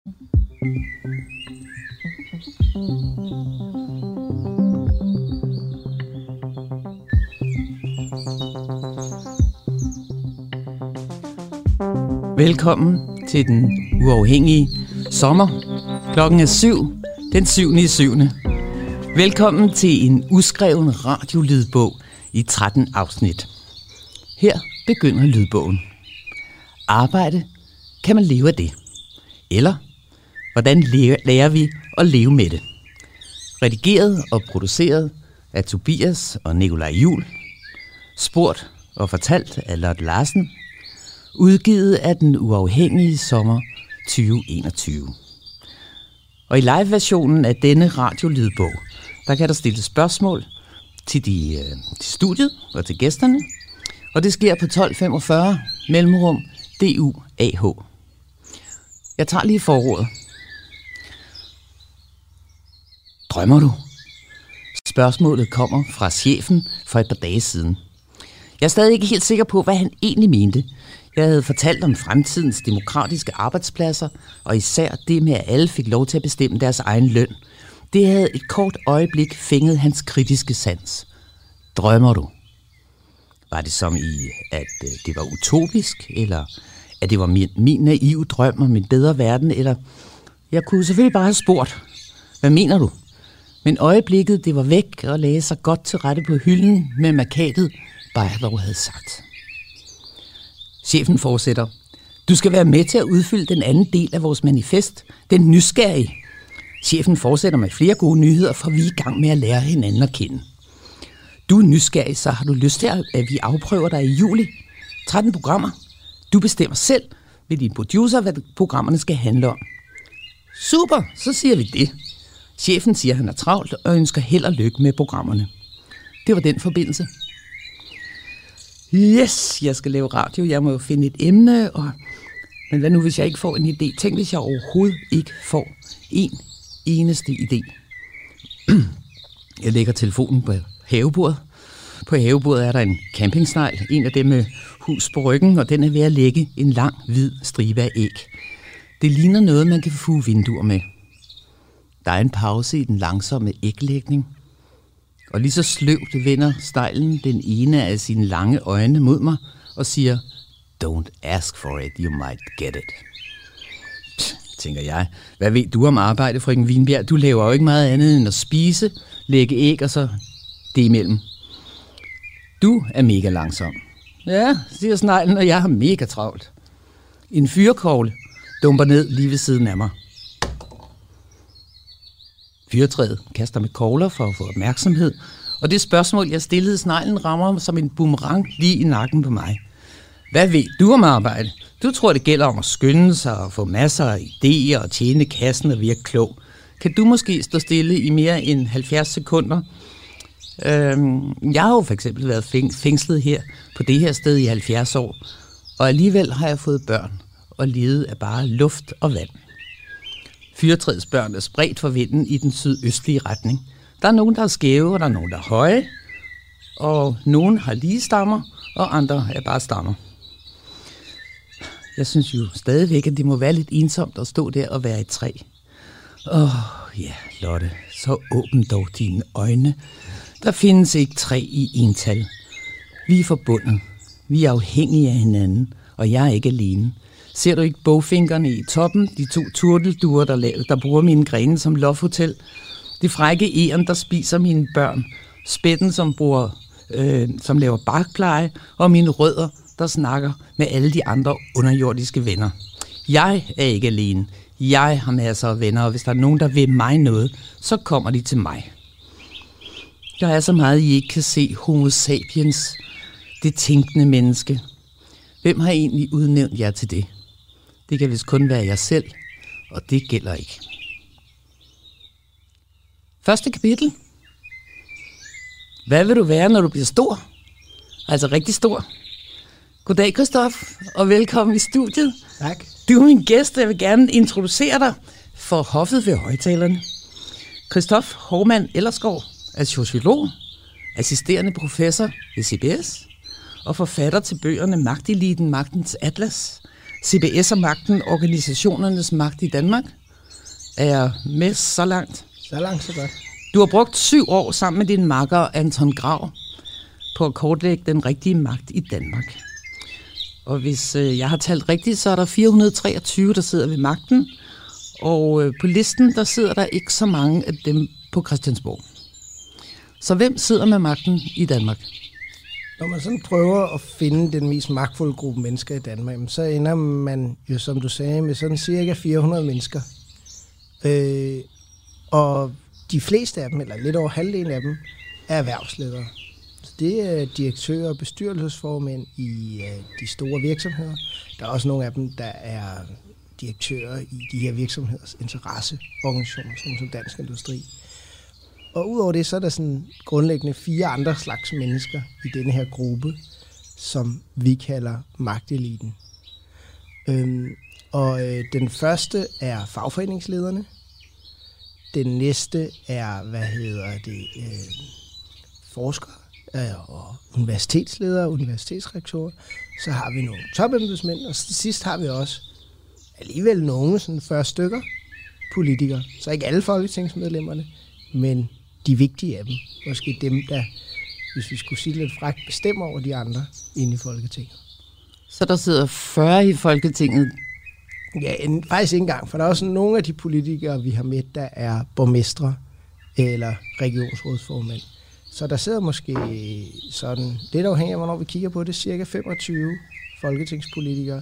Velkommen til den uafhængige sommer. Klokken er 7, den 7.7. Velkommen til en uskreven radiolydbog i 13 afsnit. Her begynder lydbogen. Arbejde, kan man leve af det? Eller, hvordan lærer vi at leve med det? Redigeret og produceret af Tobias og Nikolaj Juhl. Spurgt og fortalt af Lotte Larsen. Udgivet af den uafhængige sommer 2021. Og i live-versionen af denne radiolydbog, der kan der stilles spørgsmål til studiet og til gæsterne. Og det sker på 1245 mellemrum DUAH. Jeg tager lige forordet. Drømmer du? Spørgsmålet kommer fra chefen for et par dage siden. Jeg er stadig ikke helt sikker på, hvad han egentlig mente. Jeg havde fortalt om fremtidens demokratiske arbejdspladser, og især det med, at alle fik lov til at bestemme deres egen løn. Det havde et kort øjeblik fænget hans kritiske sans. Drømmer du? Var det som i, at det var utopisk, eller at det var min naive drøm om en bedre verden, eller jeg kunne selvfølgelig bare have spurgt, hvad mener du? Men øjeblikket, det var væk og lagde sig godt til rette på hylden med markatet, bare jeg dog havde sagt. Chefen fortsætter. Du skal være med til at udfylde den anden del af vores manifest, den nysgerrige. Chefen fortsætter med flere gode nyheder, for vi er i gang med at lære hinanden at kende. Du er nysgerrig, så har du lyst til, at vi afprøver dig i juli. 13 programmer. Du bestemmer selv ved din producer, hvad programmerne skal handle om. Super, så siger vi det. Chefen siger, at han er travlt og ønsker held og lykke med programmerne. Det var den forbindelse. Yes, jeg skal lave radio. Jeg må jo finde et emne. Men hvad nu, hvis jeg ikke får en idé? Tænk, hvis jeg overhovedet ikke får en eneste idé. Jeg lægger telefonen på havebordet. På havebordet er der en campingsnegl. En af dem med hus på ryggen, og den er ved at lægge en lang, hvid stribe af æg. Det ligner noget, man kan fuge vinduer med. Der er en pause i den langsomme æglægning. Og lige så sløvt vender sneglen den ene af sine lange øjne mod mig og siger, Don't ask for it, you might get it. Tænker jeg, hvad ved du om arbejde, frøken Wienbjerg? Du laver jo ikke meget andet end at spise, lægge æg og så det imellem. Du er mega langsom. Ja, siger sneglen, og jeg har mega travlt. En fyrkogle dumper ned lige ved siden af mig. Fyrtræet kaster med kogler for at få opmærksomhed, og det spørgsmål, jeg stillede sneglen, rammer som en boomerang lige i nakken på mig. Hvad ved du om arbejde? Du tror, det gælder om at skynde sig og få masser af idéer og tjene kassen og virke klog. Kan du måske stå stille i mere end 70 sekunder? Jeg har jo for eksempel været fængslet her på det her sted i 70 år, og alligevel har jeg fået børn og levet af bare luft og vand. Fyrtræets børn er spredt for vinden i den sydøstlige retning. Der er nogen, der er skæve, og der er nogen, der er høje. Og nogen har lige stammer, og andre er bare stammer. Jeg synes jo stadigvæk, at det må være lidt ensomt at stå der og være et træ. Ja, Lotte, så åbn dog dine øjne. Der findes ikke træ i ental. Vi er forbundet. Vi er afhængige af hinanden, og jeg er ikke alene. Ser du ikke bogfinkerne i toppen? De 2 turtelduer, der bruger mine grene som lofthotel. Det frække æren, der spiser mine børn. Spætten, som laver bakpleje. Og mine rødder, der snakker med alle de andre underjordiske venner. Jeg er ikke alene. Jeg har masser af venner, og hvis der er nogen, der vil mig noget, så kommer de til mig. Der er så meget, I ikke kan se. Homo sapiens, det tænkende menneske. Hvem har egentlig udnævnt jer til det? Det kan vist kun være jer selv, og det gælder ikke. Første kapitel. Hvad vil du være, når du bliver stor? Altså rigtig stor. Goddag, Christoph, og velkommen i studiet. Tak. Du er min gæst, og jeg vil gerne introducere dig for hoffet ved højtalerne. Christoph Hovmand Ellersgaard er sociolog, assisterende professor ved CBS og forfatter til bøgerne Magteliten, Magtens Atlas, CBS og magten, organisationernes magt i Danmark. Er jeg med så langt? Så langt, så godt. Du har brugt 7 år sammen med din makker Anton Grau på at kortlægge den rigtige magt i Danmark. Og hvis jeg har talt rigtigt, så er der 423, der sidder ved magten, og på listen, der sidder der ikke så mange af dem på Christiansborg. Så hvem sidder med magten i Danmark? Når man sådan prøver at finde den mest magtfulde gruppe mennesker i Danmark, så ender man jo, som du sagde, med sådan cirka 400 mennesker. Og de fleste af dem, eller lidt over halvdelen af dem, er erhvervsledere. Så det er direktører og bestyrelsesformænd i de store virksomheder. Der er også nogle af dem, der er direktører i de her virksomheders interesseorganisationer, som Dansk Industri. Og udover det, så er der sådan grundlæggende 4 andre slags mennesker i denne her gruppe, som vi kalder magteliten. Den første er fagforeningslederne. Den næste er, forskere og universitetsledere, universitetsrektorer. Så har vi nogle topembedsmænd, og sidst har vi også alligevel nogle, sådan 40 stykker politikere. Så ikke alle folketingsmedlemmerne, men de vigtige af dem. Måske dem, der, hvis vi skulle sige lidt frækt, bestemmer over de andre inde i Folketinget. Så der sidder 40 i Folketinget? Ja, faktisk ikke engang, for der er også nogle af de politikere, vi har med, der er borgmestre eller regionsrådsformænd. Så der sidder måske sådan, lidt afhængig af, hvornår vi kigger på det, cirka 25 folketingspolitikere.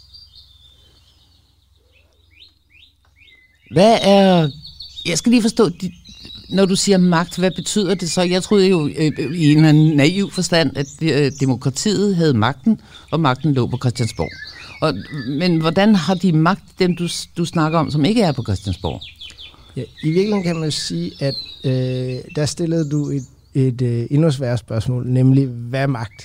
Jeg skal lige forstå, når du siger magt, hvad betyder det så? Jeg troede jo i en naiv forstand, at demokratiet havde magten, og magten lå på Christiansborg. Men hvordan har de magt, dem du snakker om, som ikke er på Christiansborg? Ja, i virkeligheden kan man sige, at der stillede du et endnu sværere spørgsmål, nemlig hvad er magt?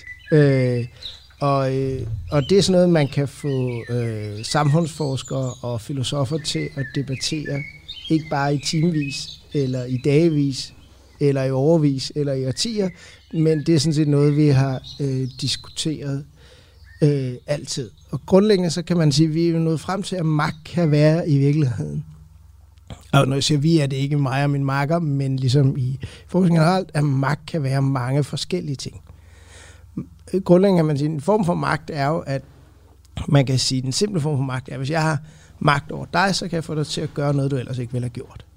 Og det er sådan noget, man kan få samfundsforskere og filosofer til at debattere, ikke bare i timevis, eller i dagevis, eller i årevis, eller i årtier, men det er sådan set noget, vi har diskuteret altid. Og grundlæggende så kan man sige, at vi er nået frem til, at magt kan være i virkeligheden. Og når jeg siger vi, er det ikke mig og min makker, men ligesom i forskning generelt, at magt kan være mange forskellige ting. Grundlæggende kan man sige, en form for magt er jo, at man kan sige, den simple form for magt er, at hvis jeg har magt over dig, så kan jeg få dig til at gøre noget, du ellers ikke ville have gjort.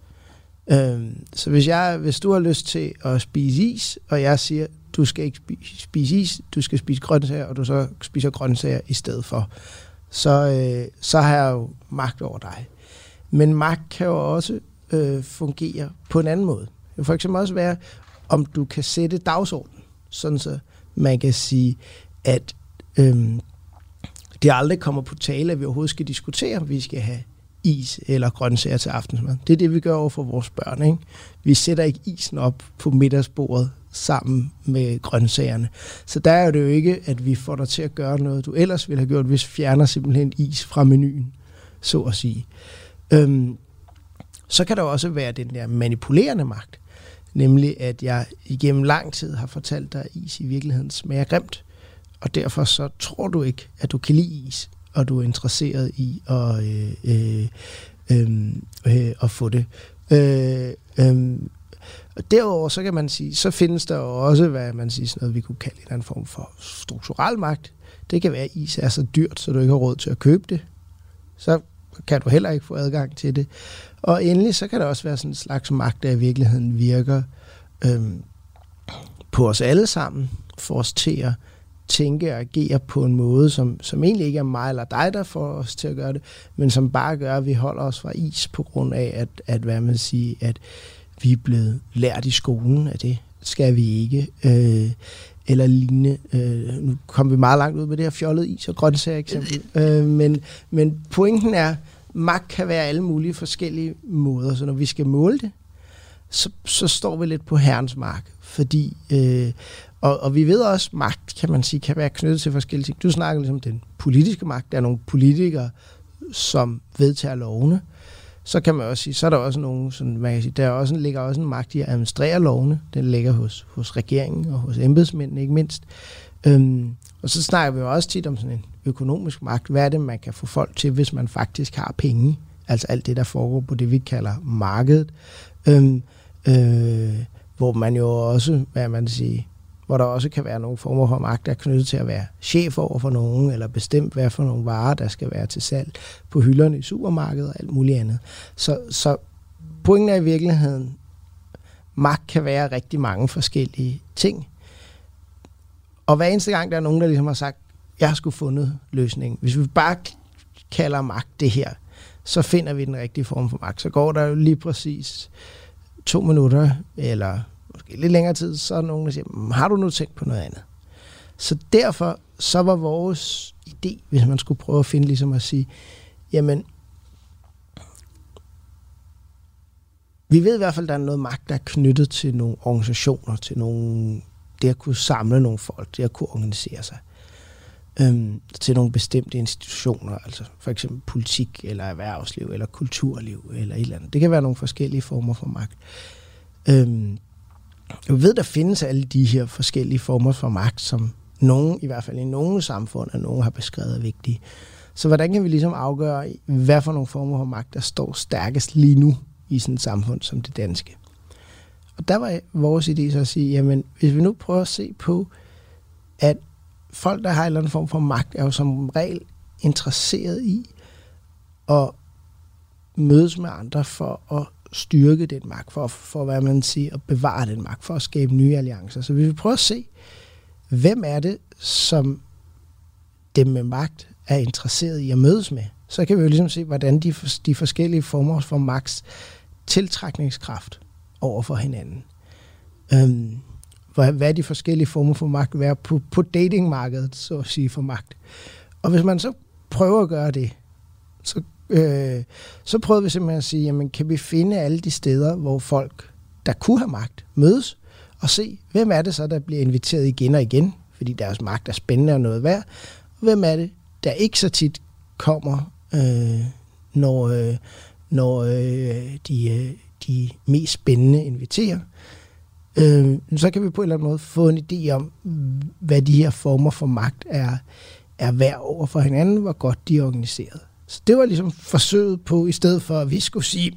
Så hvis du har lyst til at spise is, og jeg siger, du skal ikke spise is, du skal spise grøntsager, og du så spiser grøntsager i stedet for, så har jeg jo magt over dig. Men magt kan jo også fungere på en anden måde. Det kan for eksempel også være, om du kan sætte dagsordenen, sådan så man kan sige, at det aldrig kommer på tale, at vi overhovedet skal diskutere, om vi skal have is eller grøntsager til aftensmad. Det er det, vi gør over for vores børn, ikke? Vi sætter ikke isen op på middagsbordet sammen med grøntsagerne. Så der er det jo ikke, at vi får dig til at gøre noget, du ellers ville have gjort, hvis vi fjerner simpelthen is fra menuen, så at sige. Så kan der også være den der manipulerende magt, nemlig at jeg igennem lang tid har fortalt dig, at is i virkeligheden smager grimt, og derfor så tror du ikke, at du kan lide is, og du er interesseret i at få det. Og derudover så kan man sige, så findes der også, hvad man siger, sådan noget, vi kunne kalde en anden form for strukturel magt. Det kan være, at is er så dyrt, så du ikke har råd til at købe det. Så kan du heller ikke få adgang til det. Og endelig så kan der også være sådan en slags magt, der i virkeligheden virker på os alle sammen, for os til at tænke og agere på en måde, som egentlig ikke er mig eller dig, der får os til at gøre det, men som bare gør, at vi holder os fra is på grund af, at hvad man siger, at vi er blevet lært i skolen, at det skal vi ikke, eller lignende. Nu kom vi meget langt ud med det her fjollede is og grøntsager eksempel. Men pointen er, magt kan være alle mulige forskellige måder, så når vi skal måle det, så står vi lidt på herrens mark, fordi og vi ved også, magt, kan man sige, kan være knyttet til forskellige ting. Du snakker ligesom den politiske magt. Der er nogle politikere, som vedtager lovene. Så kan man også sige, så er der også nogle, sådan, man kan sige, ligger også en magt i at administrere lovene. Den ligger hos regeringen og hos embedsmændene, ikke mindst. Og så snakker vi jo også tit om sådan en økonomisk magt? Hvad er det, man kan få folk til, hvis man faktisk har penge? Altså alt det, der foregår på det, vi kalder markedet. Hvor man jo også, hvor der også kan være nogle former for magt, der er knyttet til at være chef over for nogen, eller bestemt hvad for nogle varer, der skal være til salg på hylderne i supermarkedet og alt muligt andet. Så pointen er i virkeligheden, magt kan være rigtig mange forskellige ting. Og hver eneste gang, der er nogen, der ligesom har sagt, jeg har sgu fundet løsningen. Hvis vi bare kalder magt det her, så finder vi den rigtige form for magt. Så går der jo lige præcis 2 minutter, eller måske lidt længere tid, så er der nogen, der siger, har du nu tænkt på noget andet? Så derfor, så var vores idé, hvis man skulle prøve at finde, ligesom at sige, jamen, vi ved i hvert fald, at der er noget magt, der er knyttet til nogle organisationer, til nogle, det at kunne samle nogle folk, det at kunne organisere sig, til nogle bestemte institutioner, altså for eksempel politik, eller erhvervsliv, eller kulturliv, eller et eller andet. Det kan være nogle forskellige former for magt. Jeg ved, der findes alle de her forskellige former for magt, som nogen, i hvert fald i nogle samfund, og nogen har beskrevet er vigtige. Så hvordan kan vi ligesom afgøre, hvad for nogle former for magt, der står stærkest lige nu i sådan et samfund som det danske? Og der var vores idé så at sige, jamen hvis vi nu prøver at se på, at folk, der har en eller anden form for magt, er jo som regel interesseret i at mødes med andre for at styrke den magt, for hvad man siger, at bevare den magt, for at skabe nye alliancer. Så vi vil prøve at se, hvem er det, som dem med magt er interesseret i at mødes med. Så kan vi jo ligesom se, hvordan de forskellige former for magts tiltrækningskraft over for hinanden. Hvad er de forskellige former for magt være på datingmarkedet, så at sige, for magt. Og hvis man så prøver at gøre det, så prøvede vi simpelthen at sige, jamen kan vi finde alle de steder, hvor folk, der kunne have magt, mødes, og se, hvem er det så, der bliver inviteret igen og igen, fordi deres magt er spændende og noget værd, og hvem er det, der ikke så tit kommer, når de mest spændende inviterer. Så kan vi på en eller anden måde få en idé om, hvad de her former for magt er værd over for hinanden, hvor godt de er organiseret. Så det var ligesom forsøget på, i stedet for at vi skulle sige,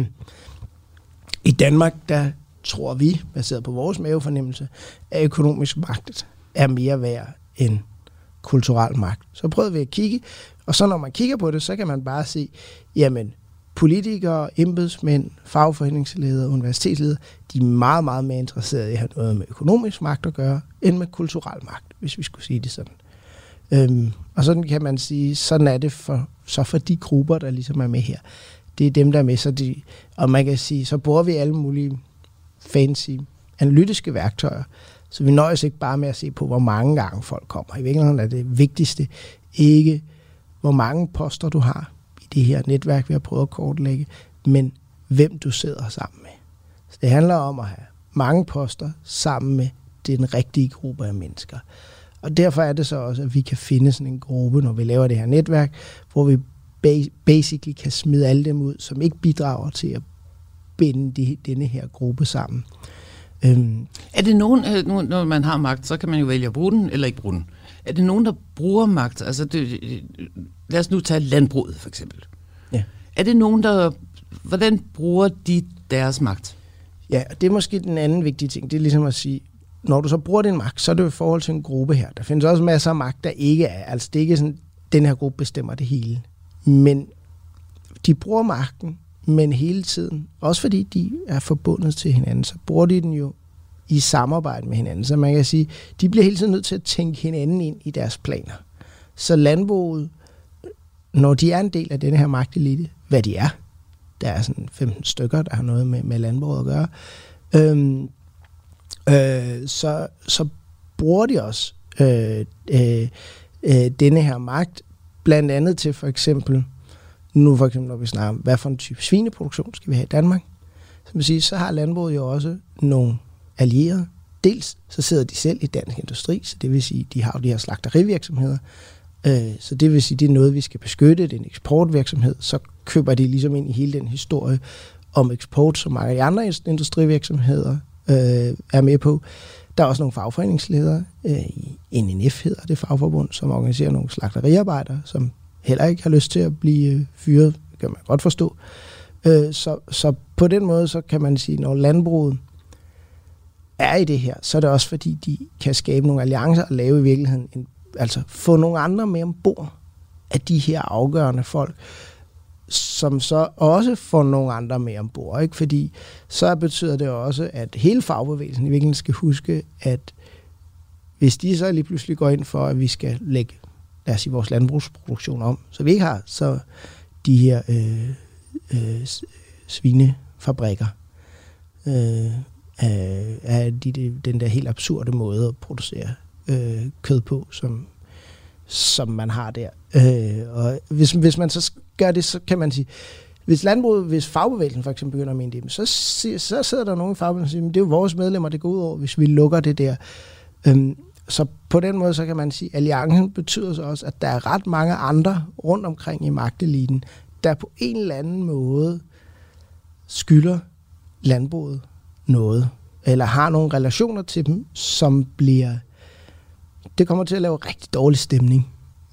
i Danmark, der tror vi, baseret på vores mavefornemmelse, at økonomisk magt er mere værd end kulturel magt. Så prøvede vi at kigge, og så når man kigger på det, så kan man bare sige, jamen, politikere, embedsmænd, fagforeningsledere, universitetsledere, de er meget, meget mere interesserede i at have noget med økonomisk magt at gøre, end med kulturel magt, hvis vi skulle sige det sådan. Og sådan kan man sige, sådan er det for de grupper, der ligesom er med her. Det er dem, der er med, og man kan sige, så bruger vi alle mulige fancy analytiske værktøjer, så vi nøjes ikke bare med at se på, hvor mange gange folk kommer. I virkeligheden er det vigtigste ikke, hvor mange poster du har i det her netværk, vi har prøvet at kortlægge, men hvem du sidder sammen med. Så det handler om at have mange poster sammen med den rigtige gruppe af mennesker. Og derfor er det så også, at vi kan finde sådan en gruppe, når vi laver det her netværk, hvor vi basically kan smide alle dem ud, som ikke bidrager til at binde denne her gruppe sammen. Er det nogen, når man har magt, så kan man jo vælge at bruge den eller ikke bruge den. Er det nogen, der bruger magt? Altså, lad os nu tage landbruget, for eksempel. Ja. Er det nogen, hvordan bruger de deres magt? Ja, det er måske den anden vigtige ting. Det er ligesom at sige, når du så bruger din magt, så er det jo i forhold til en gruppe her. Der findes også masser af magt, der ikke er. Altså, det er ikke sådan, den her gruppe bestemmer det hele. Men de bruger magten, men hele tiden, også fordi de er forbundet til hinanden, så bruger de den jo i samarbejde med hinanden. Så man kan sige, de bliver hele tiden nødt til at tænke hinanden ind i deres planer. Så landbruget, når de er en del af denne her magtelite, hvad de er, der er sådan 15 stykker, der har noget med landbruget at gøre, så bruger de også denne her magt, blandt andet til for eksempel, når vi snakker om, hvad for en type svineproduktion skal vi have i Danmark, så har landbruget jo også nogle allierede. Dels så sidder de selv i dansk industri, så det vil sige, de har jo de her slagterivirksomheder, så det vil sige, det er noget, vi skal beskytte, det er en eksportvirksomhed, så køber de ligesom ind i hele den historie om eksport, som mange af de andre industrivirksomheder er med på. Der er også nogle fagforeningsledere, i NNF hedder det fagforbund, som organiserer nogle slagteriarbejdere, som heller ikke har lyst til at blive fyret, det kan man godt forstå. Så på den måde, så kan man sige, når landbruget er i det her, så er det også fordi, de kan skabe nogle alliancer og lave i virkeligheden, altså få nogle andre med ombord af de her afgørende folk, som så også får nogle andre med ombord, ikke? Fordi så betyder det også, at hele fagbevægelsen i virkeligheden skal huske, at hvis de så lige pludselig går ind for, at vi skal lægge, lad os sige, vores landbrugsproduktion om, så vi ikke har så de her svinefabrikker af den der helt absurde måde at producere kød på, som man har der. Og hvis man så gør det, så kan man sige, hvis fagbevægelsen for eksempel begynder at mene det, så sidder der nogle i fagbevægelsen og siger, det er jo vores medlemmer, det går ud over, hvis vi lukker det der. Så på den måde, så kan man sige, alliancen betyder så også, at der er ret mange andre rundt omkring i magteliten, der på en eller anden måde skylder landbruget noget, eller har nogle relationer til dem, som det kommer til at lave rigtig dårlig stemning,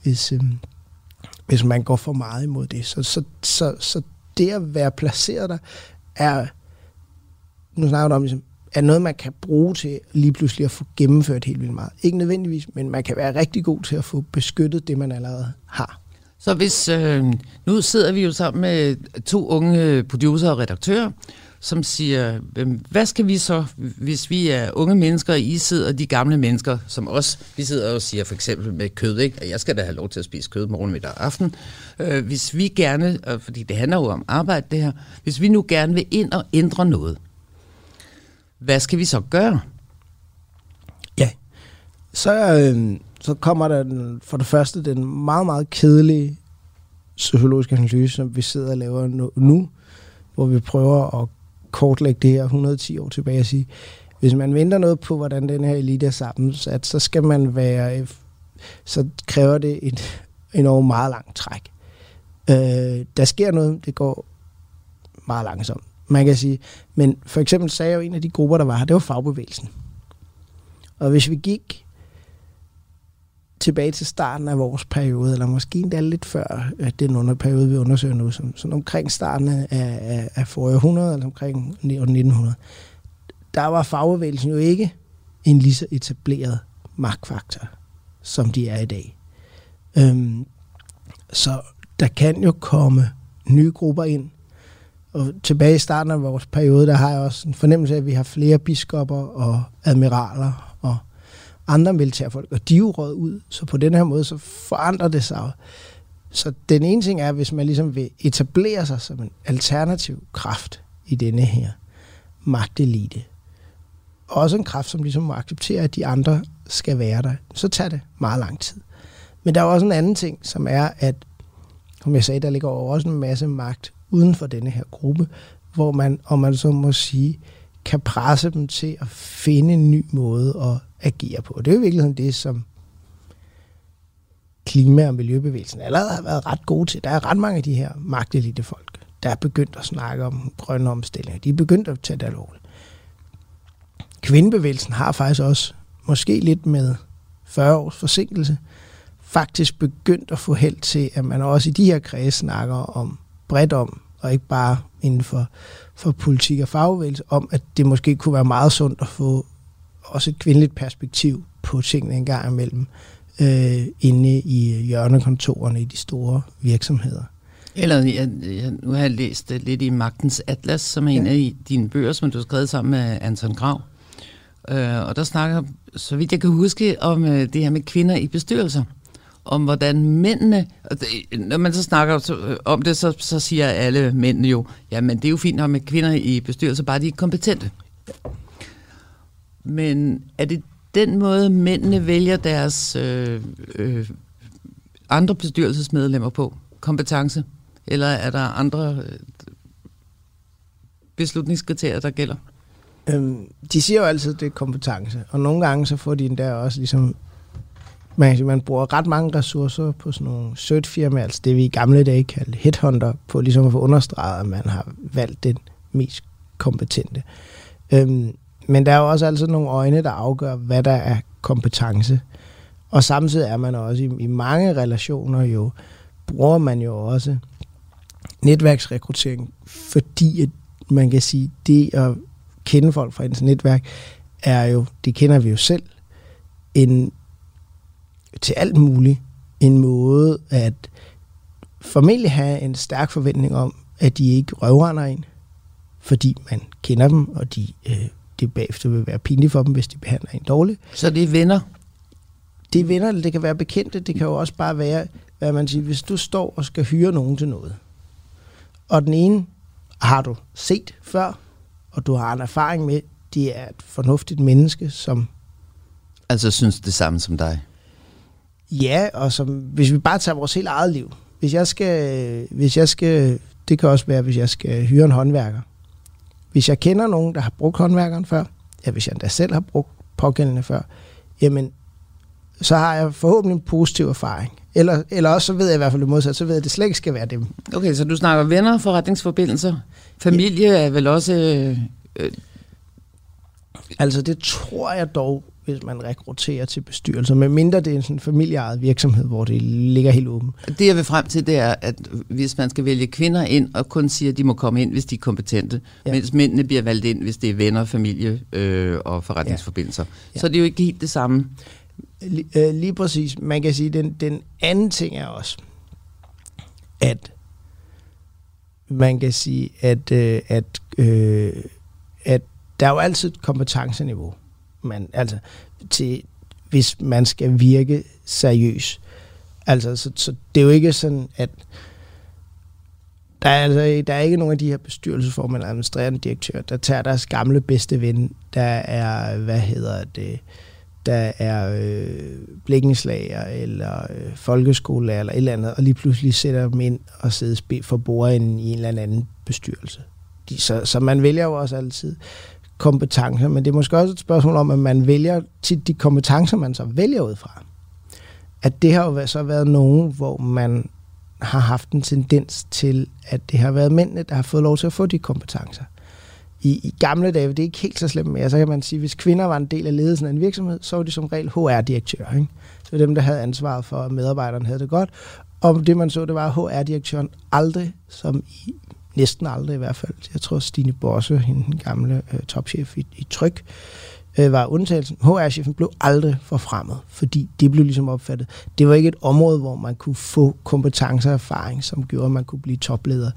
hvis man går for meget imod det. Så det at være placeret der, nu snakker du om, ligesom, er noget, man kan bruge til lige pludselig at få gennemført helt vildt meget. Ikke nødvendigvis, men man kan være rigtig god til at få beskyttet det, man allerede har. Så hvis, nu sidder vi jo sammen med 2 unge producer og redaktører, som siger, hvad skal vi så, hvis vi er unge mennesker, og I sidder de gamle mennesker, som os, vi sidder og siger for eksempel med kød, ikke? At jeg skal da have lov til at spise kød morgen, middag og aften. Hvis vi gerne, fordi det handler jo om arbejde det her, hvis vi nu gerne vil ind og ændre noget, hvad skal vi så gøre? Ja, så kommer der for det første den meget, meget kedelige psykologiske analyse, som vi sidder og laver nu, hvor vi prøver at kortlægge det her 110 år tilbage og sige, hvis man venter noget på, hvordan den her elite er sammensat, så skal man så kræver det et enormt meget langt træk. Der sker noget, det går meget langsomt. Man kan sige, men for eksempel sagde jeg jo, en af de grupper, der var her, det var fagbevægelsen. Og hvis vi gik tilbage til starten af vores periode, eller måske endda lidt før den underperiode, vi undersøger nu, sådan omkring starten af forrige århundrede, eller omkring 1900, der var fagbevægelsen jo ikke en lige så etableret magtfaktor, som de er i dag. Så der kan jo komme nye grupper ind, og tilbage i starten af vores periode, der har jeg også en fornemmelse af, at vi har flere biskopper og admiraler og andre militærfolk, og de er jo røget ud. Så på den her måde, så forandrer det sig. Så den ene ting er, hvis man ligesom vil etablere sig som en alternativ kraft i denne her magtelite, også en kraft, som ligesom må acceptere, at de andre skal være der, så tager det meget lang tid. Men der er også en anden ting, som er, at, som jeg sagde, der ligger også en masse magt uden for denne her gruppe, hvor man, om man så må sige, kan presse dem til at finde en ny måde at agere på. Det er jo i virkeligheden det, som klima- og miljøbevægelsen allerede har været ret gode til. Der er ret mange af de her magtelite folk, der er begyndt at snakke om grønne omstillinger. De er begyndt at tage det alvorligt. Kvindebevægelsen har faktisk også, måske lidt med 40 års forsinkelse, faktisk begyndt at få held til, at man også i de her kredse snakker om bredt om, og ikke bare inden for politik og fagbevægelse, om at det måske kunne være meget sundt at få også et kvindeligt perspektiv på tingene en gang imellem, inde i hjørnekontorerne i de store virksomheder. Eller nu har jeg læst lidt i Magtens Atlas, som er en af dine bøger, som du har skrevet sammen med Anton Grav. Og der snakker, så vidt jeg kan huske, om det her med kvinder i bestyrelser. Om hvordan mændene, når man så snakker om det, så siger alle mændene jo, jamen det er jo fint nok med kvinder i bestyrelser, bare de er kompetente. Men er det den måde, mændene vælger deres andre bestyrelsesmedlemmer på? Kompetence? Eller er der andre beslutningskriterier, der gælder? De siger jo altid, det er kompetence. Og nogle gange så får de endda også ligesom, man bruger ret mange ressourcer på sådan nogle search-firmaer, altså det vi i gamle dage kaldte headhunter, på ligesom at få understreget, at man har valgt den mest kompetente. Men der er jo også altid nogle øjne, der afgør, hvad der er kompetence. Og samtidig er man også i mange relationer jo, bruger man jo også netværksrekruttering, fordi at man kan sige, det at kende folk fra ens netværk, er jo, det kender vi jo selv, til alt muligt, en måde at formentlig have en stærk forventning om, at de ikke røvrender en, fordi man kender dem, og det bagefter vil være pinligt for dem, hvis de behandler en dårligt. Så det er venner? Det er venner, eller det kan være bekendte. Det kan jo også bare være, hvad man siger, hvis du står og skal hyre nogen til noget, og den ene har du set før, og du har en erfaring med, det er et fornuftigt menneske, som... Altså synes det samme som dig? Ja, og som, hvis vi bare tager vores helt eget liv. Hvis jeg skal, det kan også være, hvis jeg skal hyre en håndværker. Hvis jeg kender nogen, der har brugt håndværkeren før, ja, hvis jeg endda selv har brugt pågældende før, jamen, så har jeg forhåbentlig en positiv erfaring. Eller også, så ved jeg i hvert fald det modsatte, så ved jeg, at det slet ikke skal være dem. Okay, så du snakker venner, forretningsforbindelser. Familie er vel også... Altså, det tror jeg dog, hvis man rekrutterer til bestyrelser, medmindre det er en sådan familieejet virksomhed, hvor det ligger helt åbent. Det jeg vil frem til, det er, at hvis man skal vælge kvinder ind, og kun siger, at de må komme ind, hvis de er kompetente, mens mændene bliver valgt ind, hvis det er venner, familie og forretningsforbindelser, så er det jo ikke helt det samme. Lige præcis. Man kan sige, den anden ting er også, at man kan sige, at der er jo altid et kompetenceniveau. Hvis man skal virke seriøs. Altså, så det er jo ikke sådan, at der er ikke nogen af de her bestyrelsesformænd og administrerende direktør, der tager deres gamle bedste ven, der er, der er blikkenslager eller folkeskolelærer eller et eller andet, og lige pludselig sætter dem ind og sidder for bordenden i en eller anden bestyrelse. Så man vælger jo også altid kompetencer, men det er måske også et spørgsmål om, at man vælger tit de kompetencer, man så vælger ud fra. At det har jo så været nogen, hvor man har haft en tendens til, at det har været mændene, der har fået lov til at få de kompetencer. I gamle dage, det er ikke helt så slemt mere, så kan man sige, hvis kvinder var en del af ledelsen af en virksomhed, så var de som regel HR-direktør. Ikke? Så var dem, der havde ansvaret for, at medarbejderne havde det godt. Og det man så, det var, at HR-direktøren aldrig, næsten aldrig i hvert fald, jeg tror Stine Bosse, den gamle topchef i Tryg, var undtagelsen. HR-chefen blev aldrig forfremmet, fordi det blev ligesom opfattet. Det var ikke et område, hvor man kunne få kompetencer og erfaring, som gjorde, at man kunne blive topleder.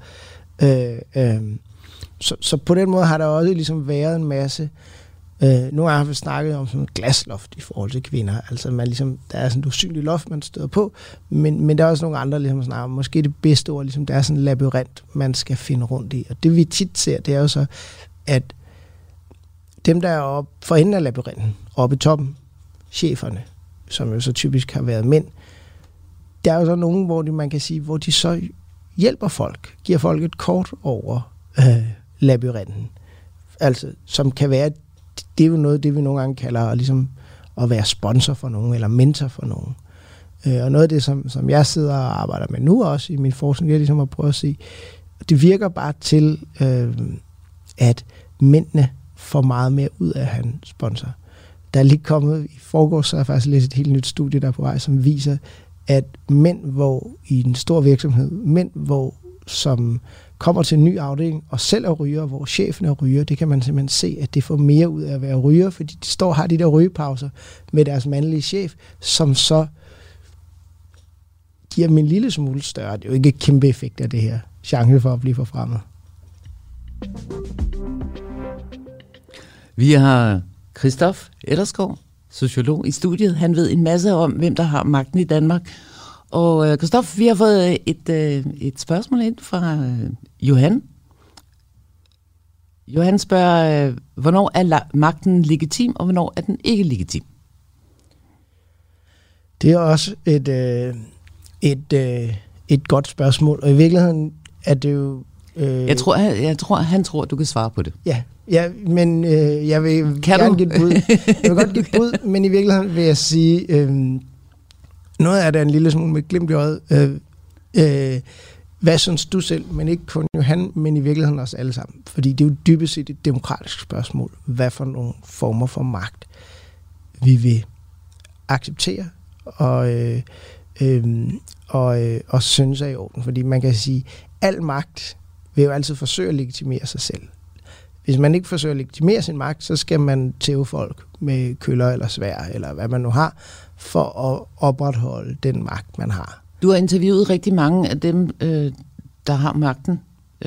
Så på den måde har der også ligesom været en masse... Nu har jeg snakket om sådan et glasloft i forhold til kvinder. Altså man ligesom, der er sådan et usynligt loft, man støder på, men der er også nogle andre, ligesom snakker om, måske det bedste ord, ligesom der er sådan en labyrint, man skal finde rundt i. Og det vi tit ser, det er jo så, at dem, der er oppe for enden af labyrinten, oppe i toppen, cheferne, som jo så typisk har været mænd, der er jo så nogen, hvor man kan sige, hvor de så hjælper folk, giver folk et kort over labyrinten. Altså, som kan være, det er jo noget, det vi nogle gange kalder ligesom at være sponsor for nogen, eller mentor for nogen. Og noget af det, som jeg sidder og arbejder med nu også i min forskning, det er ligesom at prøve at sige, det virker bare til, at mændene får meget mere ud af at have en sponsor. Der er lige kommet, i forgårs, så er faktisk læst et helt nyt studie, der er på vej, som viser, at mænd, hvor i en stor virksomhed, som kommer til en ny afdeling og selv er ryger, hvor chefen er ryger, det kan man simpelthen se, at det får mere ud af at være ryger, fordi de har de der rygepauser med deres mandlige chef, som så giver dem en lille smule større. Det er jo ikke et kæmpe effekt af det her. Chance for at blive forfremmet. Vi har Christoph Ellersgaard, sociolog i studiet. Han ved en masse om, hvem der har magten i Danmark. Og Christoph, vi har fået et spørgsmål ind fra Johan. Johan spørger, hvornår er magten legitim, og hvornår er den ikke legitim? Det er også et godt spørgsmål, og i virkeligheden er det jo... Jeg tror, han tror, du kan svare på det. Ja, men jeg vil gerne give et bud. Jeg vil godt give et bud, men i virkeligheden vil jeg sige... noget af det er en lille smule med glimt i øjet. hvad synes du selv, men ikke kun Johan, men i virkeligheden også alle sammen. Fordi det er jo dybest set et demokratisk spørgsmål. Hvad for nogle former for magt vi vil acceptere og synes er i orden. Fordi man kan sige, al magt vil jo altid forsøge at legitimere sig selv. Hvis man ikke forsøger at legitimere sin magt, så skal man tæve folk med køller eller sværd, eller hvad man nu har, for at opretholde den magt, man har. Du har interviewet rigtig mange af dem, der har magten.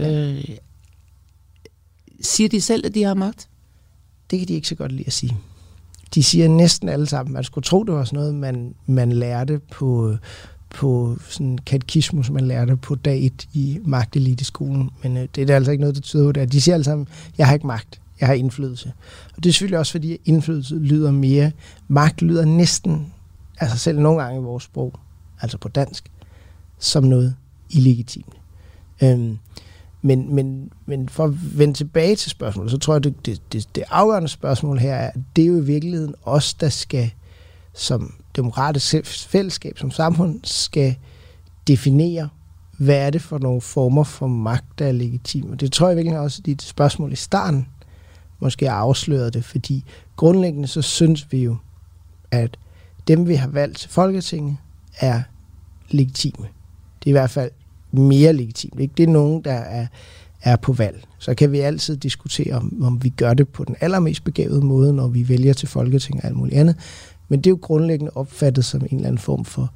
Siger de selv, at de har magt? Det kan de ikke så godt lide at sige. De siger næsten alle sammen. Man skulle tro, det var sådan noget, man lærte på sådan katekismus, man lærte på dag 1 i magteliteskolen. Men det er altså ikke noget, der tyder på det. De siger alle sammen, jeg har ikke magt, jeg har indflydelse. Og det er selvfølgelig også, fordi indflydelse lyder mere. Magt lyder næsten, altså selv nogle gange i vores sprog, altså på dansk, som noget illegitimt. Men for at vende tilbage til spørgsmålet, så tror jeg, det afgørende spørgsmål her er, at det er jo i virkeligheden os, der skal, som demokratisk fællesskab, som samfund, skal definere, hvad er det for nogle former for magt, der er legitime. Det tror jeg virkelig også, at dit spørgsmål i starten måske har afsløret det, fordi grundlæggende så synes vi jo, at dem, vi har valgt til Folketinget, er legitime. Det er i hvert fald mere legitimt. Ikke? Det er nogen, der er på valg. Så kan vi altid diskutere, om vi gør det på den allermest begavede måde, når vi vælger til Folketinget og alt muligt andet. Men det er jo grundlæggende opfattet som en eller anden form for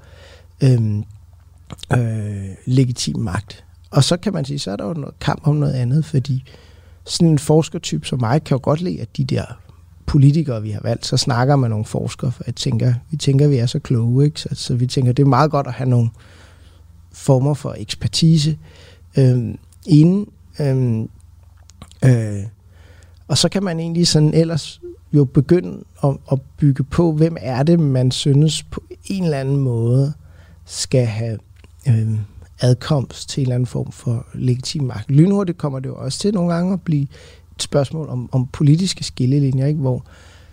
legitim magt. Og så kan man sige, så er der jo noget kamp om noget andet, fordi sådan en forskertype som mig kan jo godt lide, at de der politikere, vi har valgt, så snakker med nogle forskere, for vi tænker, vi er så kloge, ikke? Så vi tænker, det er meget godt at have nogle former for ekspertise inden. Og så kan man egentlig sådan ellers jo begynde at bygge på, hvem er det, man synes på en eller anden måde skal have adkomst til en eller anden form for legitim magt. Lynhurtigt kommer det jo også til nogle gange at blive et spørgsmål om politiske skillelinjer, ikke? Hvor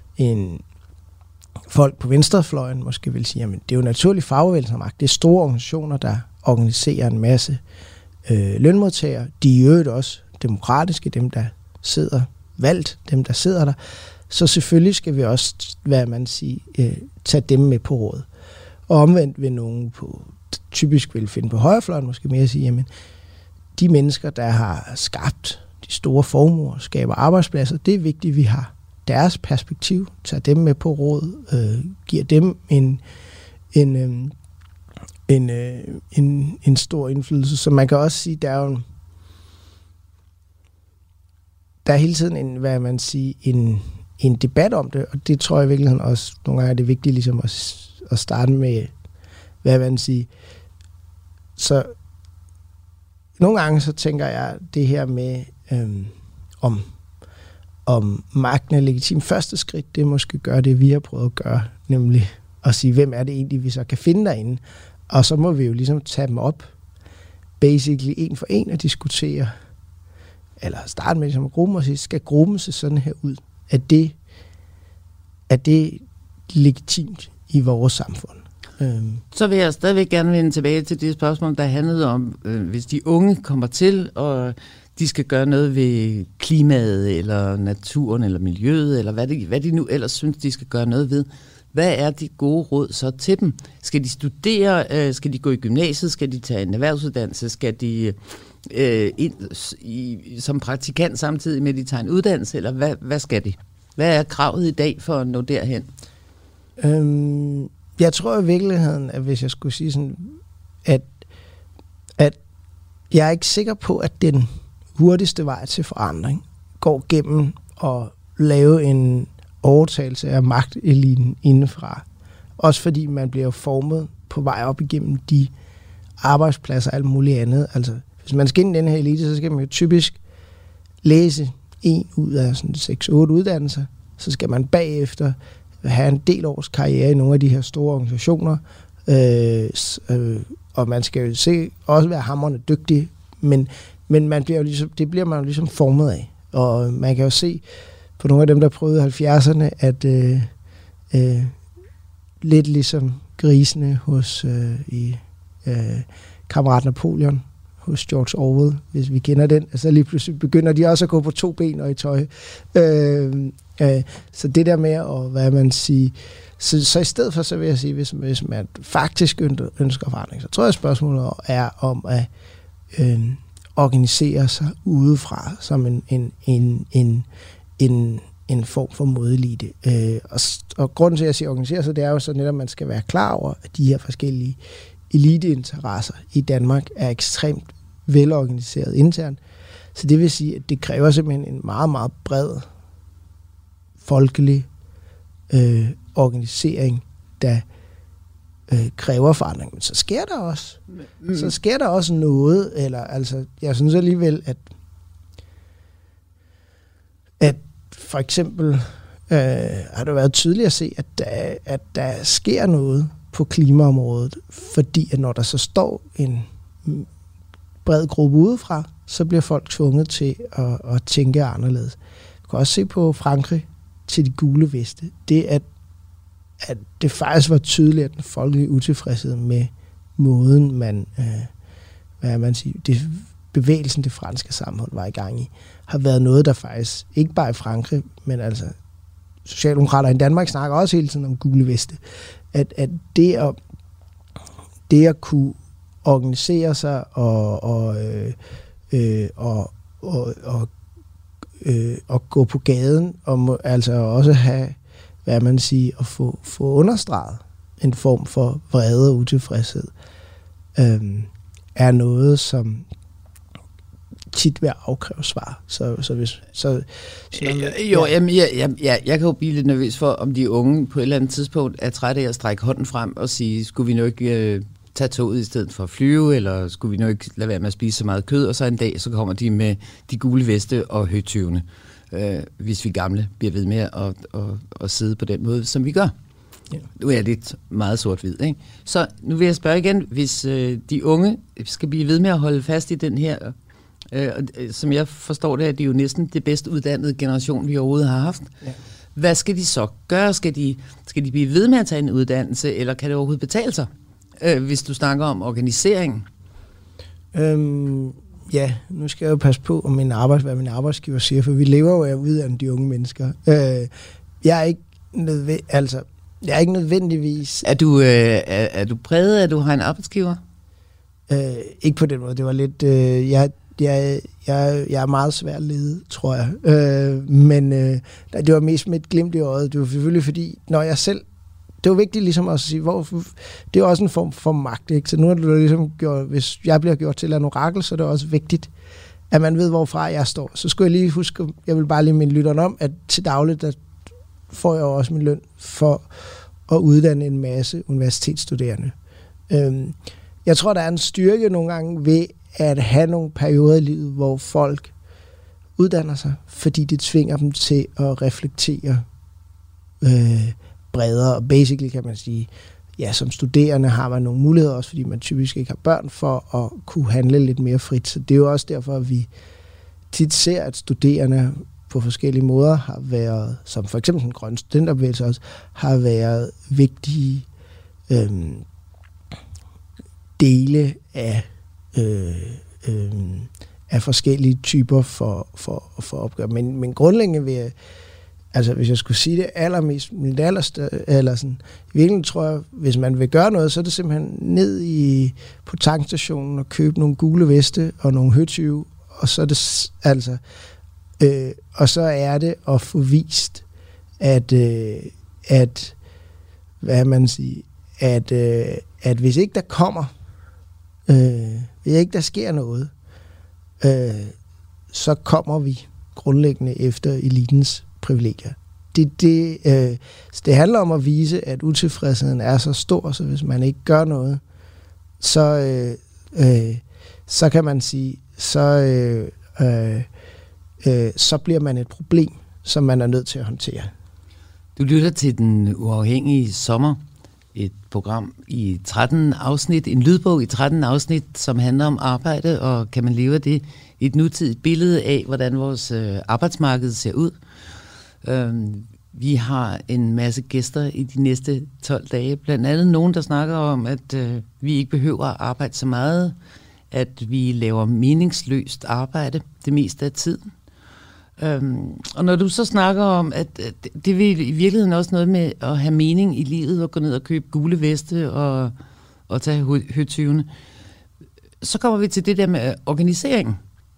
folk på venstrefløjen måske vil sige, jamen det er jo naturlig fagbevægelse og magt. Det er store organisationer, der organiserer en masse lønmodtagere. De er i øvrigt også demokratiske, dem der sidder valgt, dem der sidder der. Så selvfølgelig skal vi også, hvad man siger, tage dem med på råd. Og omvendt vil nogen typisk vil finde på højrefløjen måske mere at sige, jamen de mennesker, der har skabt de store formuer, skaber arbejdspladser, det er vigtigt, at vi har deres perspektiv, tager dem med på råd, giver dem en stor indflydelse. Så man kan også sige, der er hele tiden en debat om det, og det tror jeg i virkeligheden også nogle gange er det vigtigt ligesom at starte med, hvad man siger. Så nogle gange så tænker jeg det her med om magten er legitim. Første skridt, det måske gøre det, vi har prøvet at gøre, nemlig at sige, hvem er det egentlig, vi så kan finde derinde. Og så må vi jo ligesom tage dem op, basically en for en, og diskutere, eller starte med ligesom at gruppe og sige, skal gruppen se sådan her ud? Er det legitimt i vores samfund? Så vil jeg stadigvæk gerne vende tilbage til det spørgsmål, der handlede om, hvis de unge kommer til, og de skal gøre noget ved klimaet, eller naturen, eller miljøet, eller hvad de nu ellers synes, de skal gøre noget ved. Hvad er de gode råd så til dem? Skal de studere? Skal de gå i gymnasiet? Skal de tage en erhvervsuddannelse? Skal de som praktikant samtidig med, at de tager en uddannelse? Eller hvad skal de? Hvad er kravet i dag for at nå derhen? Jeg tror i virkeligheden, at hvis jeg skulle sige sådan, at jeg er ikke sikker på, at den hurtigste vej til forandring går gennem at lave en overtagelse af magteliten indenfra. Også fordi man bliver formet på vej op igennem de arbejdspladser og alt muligt andet. Altså, hvis man skal ind i den her elite, så skal man jo typisk læse 1 ud af 6-8 uddannelser. Så skal man bagefter have en del års karriere i nogle af de her store organisationer. Og man skal jo også være hamrende dygtig, men man bliver jo ligesom, det bliver man jo ligesom formet af. Og man kan jo se på nogle af dem, der prøvede 70'erne, at lidt ligesom grisene hos Kammerat Napoleon hos George Orwell, hvis vi kender den. Altså lige pludselig begynder de også at gå på 2 ben og i tøj. Så det der med, og hvad man siger, så i stedet for, så vil jeg sige, hvis man faktisk ønsker forandring, så tror jeg, spørgsmålet er om at organisere sig udefra som en form for modelite. Og grunden til, at jeg siger organisere sig, det er jo så netop, at man skal være klar over, at de her forskellige eliteinteresser i Danmark er ekstremt velorganiseret internt. Så det vil sige, at det kræver simpelthen en meget, meget bred folkelig organisering, der kræver forandring. Men så sker der også noget, eller altså, jeg synes alligevel, at for eksempel har det været tydeligt at se, at der sker noget på klimaområdet, fordi at når der så står en bred gruppe udefra, så bliver folk tvunget til at tænke anderledes. Du kan også se på Frankrig til de gule veste. Det at det faktisk var tydeligt, at den folkelige utilfredshed med måden, man siger, bevægelsen det franske samfund var i gang i, har været noget, der faktisk, ikke bare i Frankrig, men altså socialdemokrater i Danmark snakker også hele tiden om gule veste. At det at kunne organisere sig og gå på gaden, og altså også have, hvad man siger, at få understreget en form for vrede og utilfredshed, er noget, som tit vil afkræve svar. Jeg kan jo blive lidt nervøs for, om de unge på et eller andet tidspunkt er trætte af at strække hånden frem og sige, skulle vi nu ikke tage toget i stedet for at flyve, eller skulle vi nu ikke lade være med at spise så meget kød, og så en dag, så kommer de med de gule veste og høtyvene, hvis vi gamle bliver ved med at sidde på den måde, som vi gør. Ja. Nu er jeg lidt meget sort-hvid, ikke? Så nu vil jeg spørge igen, hvis de unge skal blive ved med at holde fast i den her, som jeg forstår det, at det er jo næsten det bedst uddannede generation, vi overhovedet har haft. Ja. Hvad skal de så gøre? Skal de blive ved med at tage en uddannelse, eller kan det overhovedet betale sig, hvis du snakker om organisering? Ja, nu skal jeg jo passe på, om hvad min arbejdsgiver siger, for vi lever jo af at uddanne de unge mennesker. Jeg er ikke nødvendigvis... Er du præget af, at du har en arbejdsgiver? Ikke på den måde. Det var lidt... Jeg er meget svær at lede, tror jeg. Men det var mest med et glimt i øjet. Det var selvfølgelig fordi, når jeg selv... Det var vigtigt ligesom at sige, det er også en form for magt, ikke? Så nu er det ligesom gjort, hvis jeg bliver gjort til en orakel, så er det også vigtigt, at man ved, hvorfra jeg står. Så skulle jeg lige huske, jeg vil bare lige minde lytteren om, at til dagligt, der får jeg også min løn for at uddanne en masse universitetsstuderende. Jeg tror, der er en styrke nogle gange ved at have nogle perioder i livet, hvor folk uddanner sig, fordi det tvinger dem til at reflektere bredere. Og basically kan man sige, ja, som studerende har man nogle muligheder også, fordi man typisk ikke har børn, for at kunne handle lidt mere frit. Så det er jo også derfor, at vi tit ser, at studerende på forskellige måder har været, som for eksempel den grønne studenterbevægelse også, har været vigtige dele af forskellige typer for opgør. Men grundlæggende vil jeg, altså hvis jeg skulle sige det allermest, eller sådan, i virkeligheden tror jeg, hvis man vil gøre noget, så er det simpelthen ned på tankstationen og købe nogle gule veste og nogle høtyve, og så er det altså, og så er det at få vist, at hvad man siger, at hvis ikke der kommer, hvis ikke der sker noget, så kommer vi grundlæggende efter elitens privilegier. Det handler om at vise, at utilfredsheden er så stor, så hvis man ikke gør noget, så kan man sige, så bliver man et problem, som man er nødt til at håndtere. Du lytter til Den Uafhængige Sommer, et program i 13 afsnit, en lydbog i 13 afsnit, som handler om arbejde, og kan man leve af det, et nutidigt billede af, hvordan vores arbejdsmarked ser ud. Vi har en masse gæster i de næste 12 dage, blandt andet nogen, der snakker om, at vi ikke behøver at arbejde så meget, at vi laver meningsløst arbejde det meste af tiden. Og når du så snakker om, at det vil i virkeligheden også noget med at have mening i livet, og gå ned og købe gule veste og tage høtyvene, så kommer vi til det der med organisering.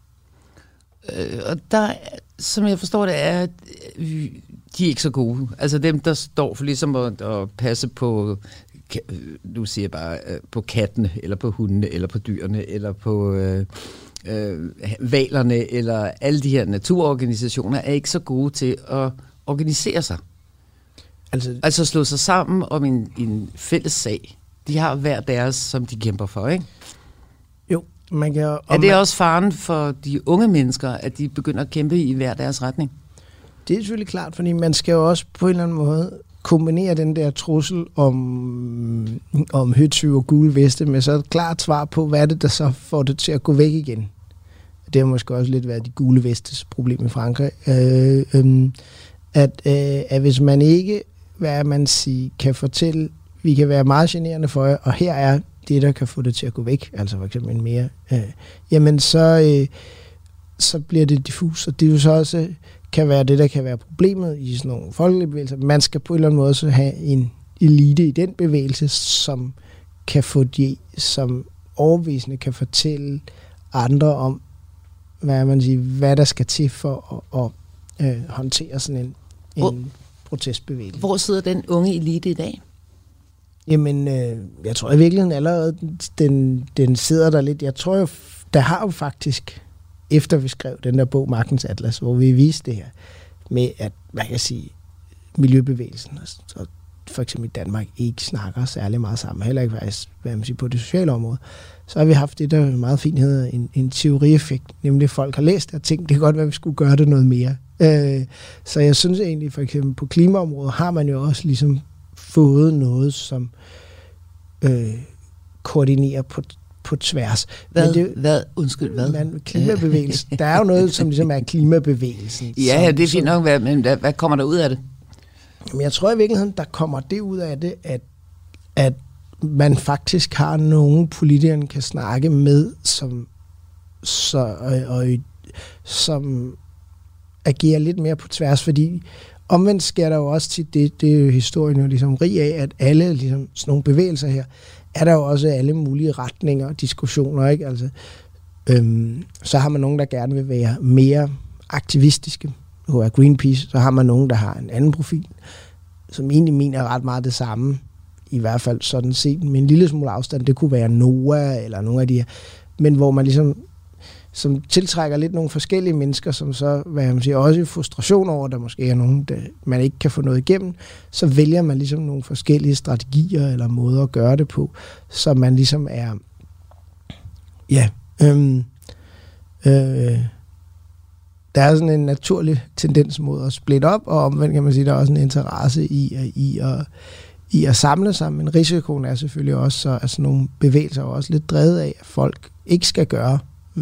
Og der, som jeg forstår det, er, at de er ikke så gode. Altså dem, der står for ligesom at passe på, nu siger jeg bare, på kattene, eller på hundene, eller på dyrene, eller på hvalerne, eller alle de her naturorganisationer, er ikke så gode til at organisere sig. Altså slå sig sammen om en fælles sag. De har hver deres, som de kæmper for, ikke? Jo, man kan... Er det også faren for de unge mennesker, at de begynder at kæmpe i hver deres retning? Det er selvfølgelig klart, fordi man skal jo også på en eller anden måde kombinere den der trussel om høtyve og gule veste med så et klart svar på, hvad er det, der så får det til at gå væk igen. Det har måske også lidt været de gule vestes problem i Frankrig. At hvis man ikke, hvad man siger, kan fortælle, vi kan være meget generende for jer, og her er det, der kan få det til at gå væk, altså for eksempel en mere, jamen så bliver det diffus, og det er jo så også kan være det, der kan være problemet i sådan nogle folkelige bevægelser. Man skal på en eller anden måde så have en elite i den bevægelse, som kan få som overbevisende kan fortælle andre om, hvad der skal til for at håndtere sådan en protestbevægelse. Hvor sidder den unge elite i dag? Jamen, jeg tror i virkeligheden allerede, den sidder der lidt. Jeg tror jo, der har jo faktisk, efter vi skrev den der bog, Magtens Atlas, hvor vi viste det her, med at, man kan sige, miljøbevægelsen, og for eksempel i Danmark, ikke snakker særlig meget sammen, heller ikke faktisk, hvad man siger, på det sociale område, så har vi haft det, der meget fint hedder en teorieffekt, nemlig folk har læst og tænkt, det kan godt være, at vi skulle gøre det noget mere. Så jeg synes egentlig, for eksempel på klimaområdet, har man jo også ligesom fået noget, som koordinerer på tværs. Hvad? Klimabevægelsen. Der er jo noget, som ligesom er klimabevægelsen. Ja, det er fint nok, men hvad kommer der ud af det? Jamen, jeg tror i virkeligheden, der kommer det ud af det, at man faktisk har nogle politikere, kan snakke med, som agerer lidt mere på tværs, fordi omvendt sker der jo også til det er jo historien jo ligesom rig af, at alle ligesom sådan nogle bevægelser her, er der jo også alle mulige retninger og diskussioner, ikke? Altså, så har man nogen, der gerne vil være mere aktivistiske, og er Greenpeace, så har man nogen, der har en anden profil, som egentlig mener ret meget det samme, i hvert fald sådan set, med en lille smule afstand. Det kunne være NOAH eller nogle af de her, men hvor man ligesom som tiltrækker lidt nogle forskellige mennesker, som så, hvad man siger, også i frustration over, der måske er nogen, der man ikke kan få noget igennem, så vælger man ligesom nogle forskellige strategier eller måder at gøre det på, så man ligesom er, der er sådan en naturlig tendens mod at splitte op, og omvendt kan man sige, der er også en interesse i at samle sig, men risikoen er selvfølgelig også, så at sådan nogle bevægelser er også lidt drevet af, at folk ikke skal gøre,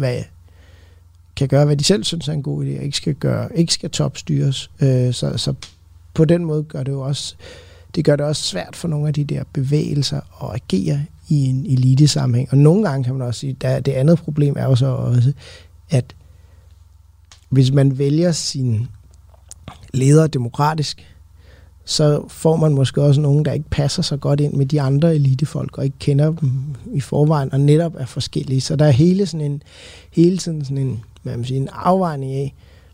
hvad de selv synes er en god idé, og ikke skal topstyres. Så på den måde gør det jo også, svært for nogle af de der bevægelser at agere i en elitesammenhæng. Og nogle gange kan man også sige, at det andet problem er jo så også, at hvis man vælger sin leder demokratisk, så får man måske også nogen, der ikke passer så godt ind med de andre elitefolk, og ikke kender dem i forvejen, og netop er forskellige. Så der er hele tiden sådan en, hvad man siger, en afvejning af,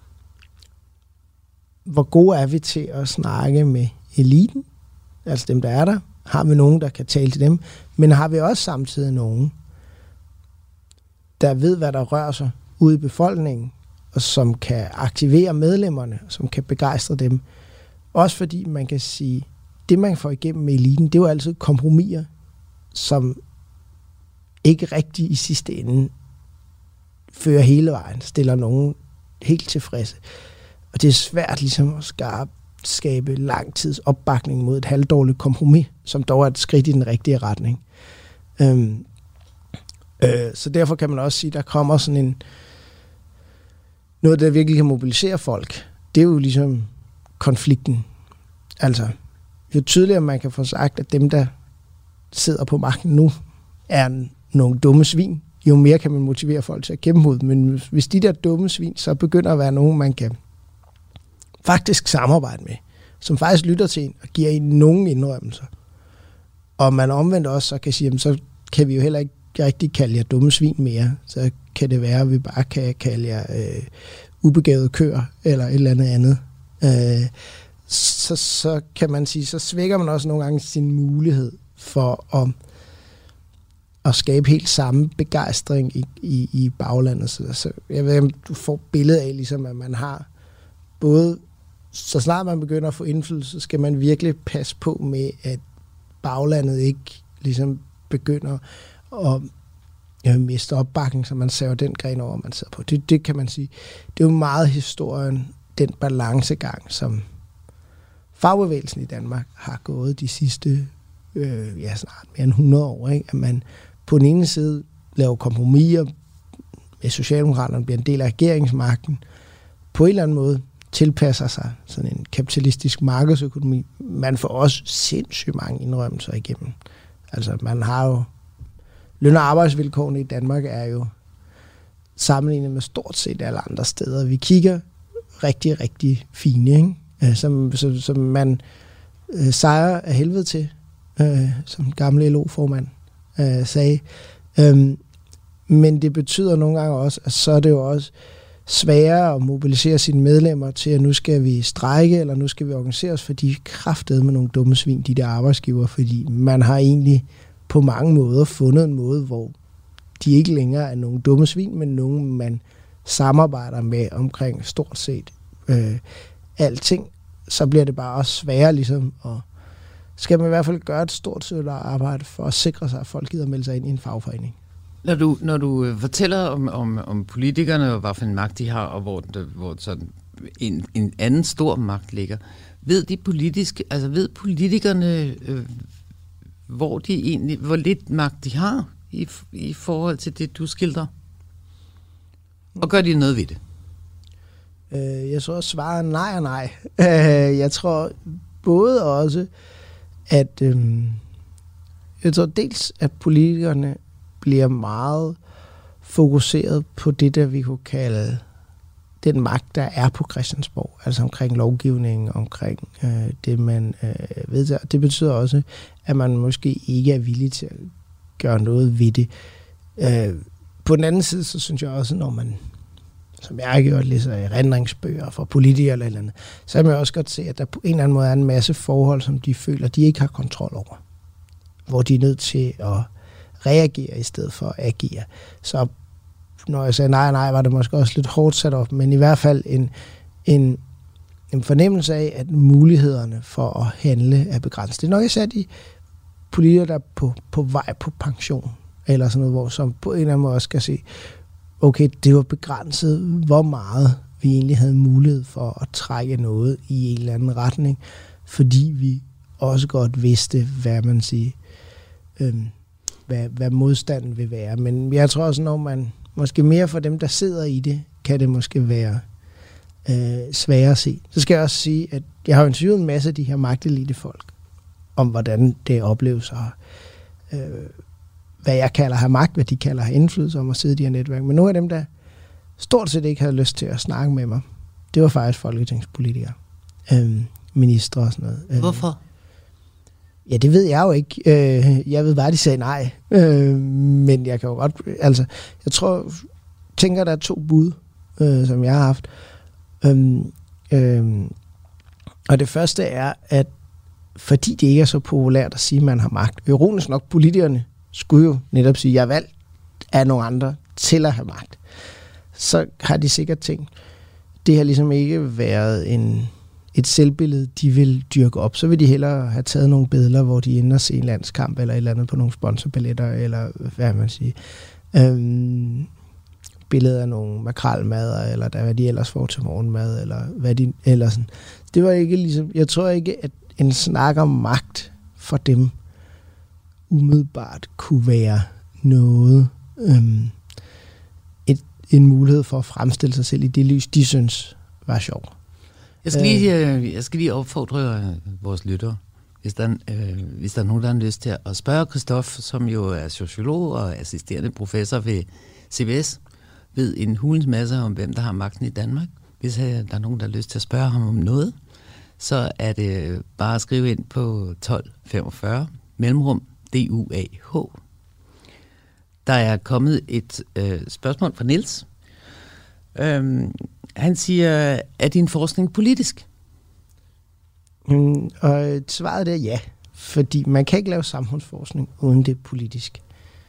hvor gode er vi til at snakke med eliten, altså dem, der er der. Har vi nogen, der kan tale til dem, men har vi også samtidig nogen, der ved, hvad der rører sig ude i befolkningen, og som kan aktivere medlemmerne, som kan begejstre dem. Også fordi man kan sige, det man får igennem med eliten, det er jo altid kompromiser, som ikke rigtig i sidste ende fører hele vejen, stiller nogen helt tilfredse. Og det er svært ligesom at skabe langtids opbakning mod et halvdårligt kompromis, som dog er et skridt i den rigtige retning. Så derfor kan man også sige, der kommer sådan noget, der virkelig kan mobilisere folk. Det er jo ligesom konflikten. Altså, jo tydeligere man kan få sagt, at dem, der sidder på magten nu, er nogle dumme svin, jo mere kan man motivere folk til at kæmpe mod dem. Men hvis de der dumme svin, så begynder at være nogen, man kan faktisk samarbejde med, som faktisk lytter til en og giver en nogle indrømmelser. Og man omvendt også så kan sige, jamen, så kan vi jo heller ikke rigtig kalde jer dumme svin mere. Så kan det være, at vi bare kan kalde jer ubegavede køer eller et eller andet. Så kan man sige, så svækker man også nogle gange sin mulighed for at skabe helt samme begejstring i baglandet. Så jeg ved, om du får billedet af, ligesom, at man har både, så snart man begynder at få indflydelse, skal man virkelig passe på med, at baglandet ikke ligesom begynder at miste opbakning, så man saver den gren over, man sidder på. Det kan man sige. Det er jo meget historien, den balancegang, som fagbevægelsen i Danmark har gået de sidste snart mere end 100 år. Ikke? At man på den ene side laver kompromiser med Socialdemokraterne, bliver en del af regeringsmagten, på en eller anden måde tilpasser sig sådan en kapitalistisk markedsøkonomi. Man får også sindssygt mange indrømmelser igennem. Altså man har jo løn- og arbejdsvilkårene i Danmark er jo sammenlignet med stort set alle andre steder. Vi kigger rigtig, rigtig fine, ikke? Som man sejrer af helvede til, som den gamle LO-formand sagde. Men det betyder nogle gange også, at så er det jo også sværere at mobilisere sine medlemmer til, at nu skal vi strejke, eller nu skal vi organisere os, for de er kraftede med nogle dumme svin, de der arbejdsgiver, fordi man har egentlig på mange måder fundet en måde, hvor de ikke længere er nogle dumme svin, men nogen, man samarbejder med omkring stort set alting. Så bliver det bare også sværere ligesom, og skal man i hvert fald gøre et stort stykke arbejde for at sikre sig, at folk gider melde sig ind i en fagforening. Når du fortæller om politikerne, og hvad for en magt de har, og hvor sådan en anden stor magt ligger, ved politikerne, hvor lidt magt de har i forhold til det, du skildrer? Og gør de noget ved det? Jeg tror, svaret er nej og nej. Jeg tror både også, at jeg tror dels, at politikerne bliver meget fokuseret på det, der vi kunne kalde den magt, der er på Christiansborg, altså omkring lovgivningen, omkring det, man vedtager. Det betyder også, at man måske ikke er villig til at gøre noget ved det. På den anden side, så synes jeg også, når man, som jeg har gjort, læser erindringsbøger fra politikere eller andet, så kan man også godt se, at der på en eller anden måde er en masse forhold, som de føler, de ikke har kontrol over. Hvor de er nødt til at reagere i stedet for at agere. Så når jeg sagde nej, var det måske også lidt hårdt sat op, men i hvert fald en fornemmelse af, at mulighederne for at handle er begrænset. Det er nok især de politikere, der er på vej på pension, eller sådan noget, hvor som på en eller anden måde også skal se, okay, det var begrænset, hvor meget vi egentlig havde mulighed for at trække noget i en eller anden retning, fordi vi også godt vidste, hvad man siger, hvad modstanden vil være. Men jeg tror også, når man måske mere for dem, der sidder i det, kan det måske være sværere at se. Så skal jeg også sige, at jeg har interviewet en masse af de her magtelitefolk om, hvordan det opleves, og hvad jeg kalder have magt, hvad de kalder have indflydelse om at sidde i de her netværk. Men nogle af dem, der stort set ikke havde lyst til at snakke med mig, det var faktisk folketingspolitikere, ministre og sådan noget. Hvorfor? Ja, det ved jeg jo ikke. Jeg ved bare, de sagde nej. Men jeg kan jo godt, altså, jeg tænker, der er 2 bud, som jeg har haft. Og det første er, at fordi det ikke er så populært at sige, at man har magt. Ironisk nok, politikerne skulle jo netop sige, at jeg er valgt af nogle andre til at have magt. Så har de sikkert tænkt, det har ligesom ikke været et selvbillede, de vil dyrke op. Så vil de hellere have taget nogle billeder, hvor de ender og se en landskamp, eller et eller andet på nogle sponsorbilletter, eller hvad man siger. Billeder af nogle makrelmadder, eller hvad de ellers får til morgenmad, eller hvad de eller sådan. Det var ikke ligesom, jeg tror ikke, at en snak om magt for dem umiddelbart kunne være noget, en mulighed for at fremstille sig selv i det lys, de synes var sjovt. Jeg skal lige opfordre vores lyttere. hvis der er nogen, der har lyst til at spørge Christoph, som jo er sociolog og assisterende professor ved CBS, ved en hulens masse om, hvem der har magten i Danmark. Hvis der er nogen, der har lyst til at spørge ham om noget, så er det bare at skrive ind på 1245, mellemrum DUAH. Der er kommet et spørgsmål fra Niels. Han siger, er din forskning politisk? Og svaret er ja, fordi man kan ikke lave samfundsforskning uden det er politisk.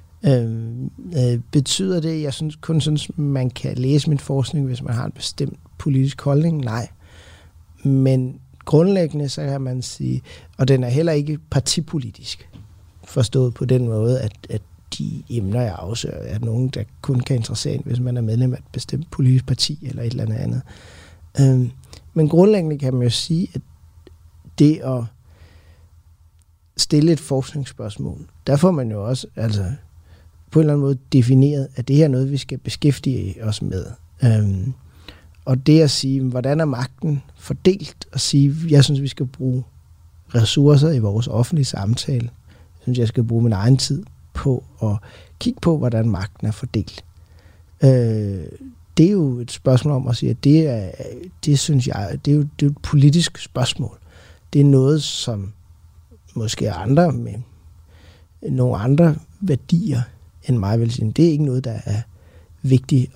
Betyder det, jeg kun synes, man kan læse min forskning, hvis man har en bestemt politisk holdning? Nej. Men grundlæggende, så kan man sige, og den er heller ikke partipolitisk, forstået på den måde, at de emner, jeg afsøger, er nogen, der kun kan interessere en, hvis man er medlem af et bestemt politisk parti eller et eller andet. Men grundlæggende kan man jo sige, at det at stille et forskningsspørgsmål, der får man jo også på en eller anden måde defineret, at det her er noget, vi skal beskæftige os med. Og det at sige, hvordan er magten fordelt, og sige, jeg synes, vi skal bruge ressourcer i vores offentlige samtale. Jeg synes, jeg skal bruge min egen tid på at kigge på, hvordan magten er fordelt. Det er jo et spørgsmål om at sige, at det synes jeg, det er jo et politisk spørgsmål. Det er noget, som måske andre med nogle andre værdier end mig vil sige. Det er ikke noget, der er vigtigt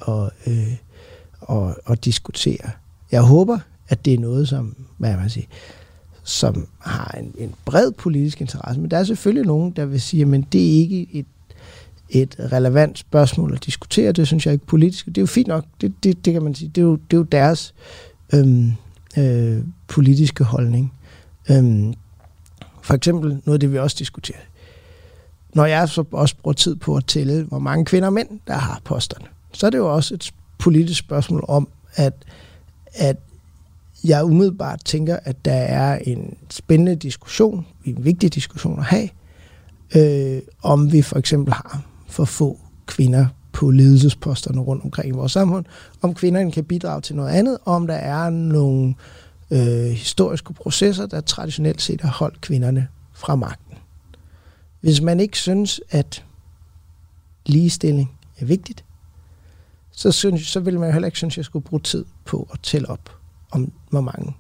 at diskutere. Jeg håber, at det er noget, som har en bred politisk interesse. Men der er selvfølgelig nogen, der vil sige, at det er ikke et relevant spørgsmål at diskutere. Det synes jeg ikke politisk. Det er jo fint nok. Det kan man sige. Det er jo deres politiske holdning. For eksempel noget af det, vi også diskuterer. Når jeg så også bruger tid på at tælle, hvor mange kvinder og mænd, der har posterne, så er det jo også et politisk spørgsmål om, at jeg umiddelbart tænker, at der er en spændende diskussion, en vigtig diskussion at have, om vi for eksempel har for få kvinder på ledelsesposterne rundt omkring i vores samfund, om kvinderne kan bidrage til noget andet, og om der er nogle historiske processer, der traditionelt set har holdt kvinderne fra magten. Hvis man ikke synes, at ligestilling er vigtigt, så vil man jo heller ikke synes, at jeg skulle bruge tid på at tælle op om, hvor mange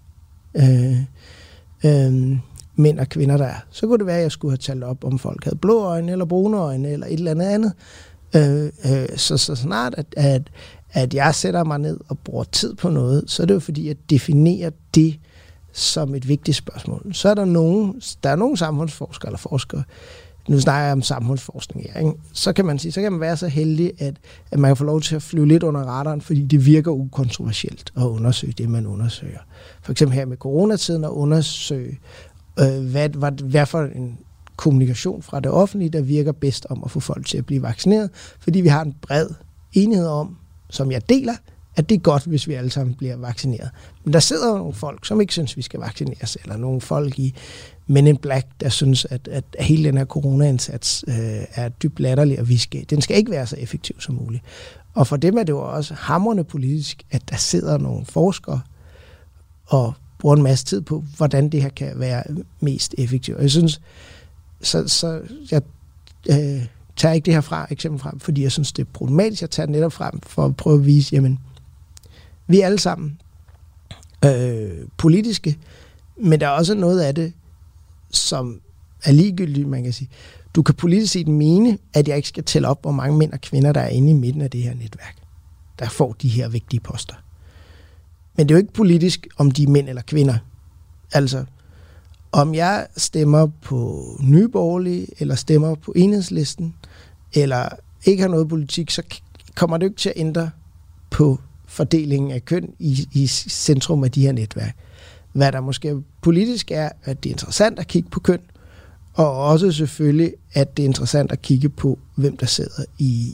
mænd og kvinder der er. Så kunne det være, at jeg skulle have talt op, om folk havde blå øjne, eller brune øjne, eller et eller andet. Så snart, at jeg sætter mig ned og bruger tid på noget, så er det jo fordi, jeg definerer det som et vigtigt spørgsmål. Så er der nogle samfundsforskere eller forskere, nu snakker jeg om samfundsforskning her, ikke? Så kan man sige, så kan man være så heldig, at man kan få lov til at flyve lidt under radaren, fordi det virker ukontroversielt at undersøge det, man undersøger. For eksempel her med coronatiden at undersøge, hvad for en kommunikation fra det offentlige, der virker bedst om at få folk til at blive vaccineret, fordi vi har en bred enighed om, som jeg deler, at det er godt, hvis vi alle sammen bliver vaccineret. Men der sidder jo nogle folk, som ikke synes, vi skal vaccineres, eller nogle folk i Men in Black, der synes, at hele den her corona-indsats er dybt latterlig, og den skal ikke være så effektiv som muligt. Og for dem er det jo også hamrende politisk, at der sidder nogle forskere og bruger en masse tid på, hvordan det her kan være mest effektivt. Og jeg synes, så jeg tager ikke det her eksempel frem, fordi jeg synes, det er problematisk. Jeg tager det netop frem for at prøve at vise, jamen, vi er alle sammen politiske, men der er også noget af det, som er ligegyldigt, man kan sige. Du kan politisk set mene, at jeg ikke skal tælle op, hvor mange mænd og kvinder, der er inde i midten af det her netværk, der får de her vigtige poster. Men det er jo ikke politisk, om de er mænd eller kvinder. Altså, om jeg stemmer på Nye Borgerlige, eller stemmer på Enhedslisten, eller ikke har noget politik, så kommer det jo ikke til at ændre på fordelingen af køn i centrum af de her netværk. Hvad der måske politisk er, at det er interessant at kigge på køn, og også selvfølgelig, at det er interessant at kigge på, hvem der sidder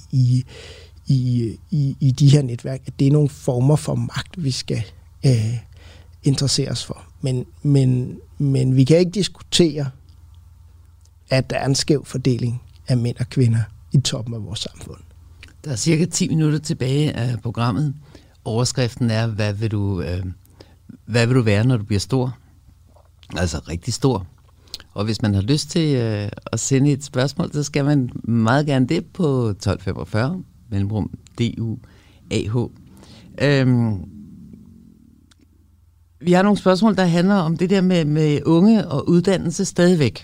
i de her netværk. At det er nogle former for magt, vi skal interessere os for. Men vi kan ikke diskutere, at der er en skæv fordeling af mænd og kvinder i toppen af vores samfund. Der er cirka 10 minutter tilbage af programmet. Overskriften er, hvad vil du være, når du bliver stor? Altså rigtig stor. Og hvis man har lyst til at sende et spørgsmål, så skal man meget gerne det på 1245, mellemrum DUAH. Vi har nogle spørgsmål, der handler om det der med unge og uddannelse stadigvæk,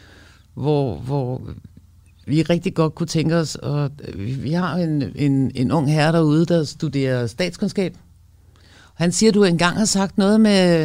hvor vi rigtig godt kunne tænke os, og vi har en ung herre derude, der studerer statskundskab. Han siger, at du engang har sagt noget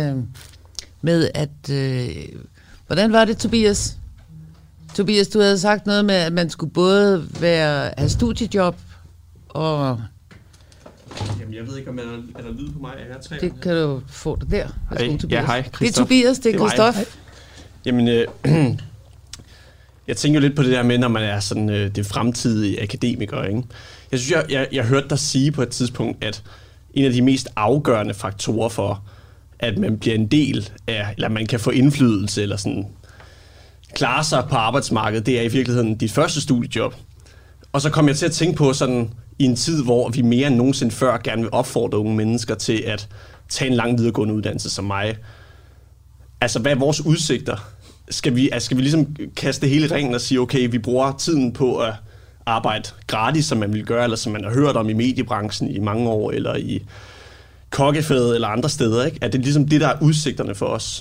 med at... hvordan var det, Tobias? Tobias, du havde sagt noget med, at man skulle både have studiejob og... Jamen, jeg ved ikke, om er der lyd på mig af jer tre. Det kan du få det der. Ja, hej, Christoph. Det er Tobias, det er Christoph. Jamen, jeg tænker jo lidt på det der med, når man er sådan det fremtidige akademiker, ikke? Jeg synes, jeg hørte dig sige på et tidspunkt, at en af de mest afgørende faktorer for, at man bliver en del af, eller man kan få indflydelse, eller sådan klare sig på arbejdsmarkedet, det er i virkeligheden dit første studiejob. Og så kom jeg til at tænke på sådan, i en tid, hvor vi mere end nogensinde før gerne vil opfordre unge mennesker til at tage en lang videregående uddannelse som mig. Altså, hvad er vores udsigter? Skal vi ligesom kaste det hele i ringen og sige, okay, vi bruger tiden på at arbejde gratis, som man vil gøre, eller som man har hørt om i mediebranchen i mange år, eller i kokkefaget eller andre steder, ikke? Er det ligesom det, der er udsigterne for os?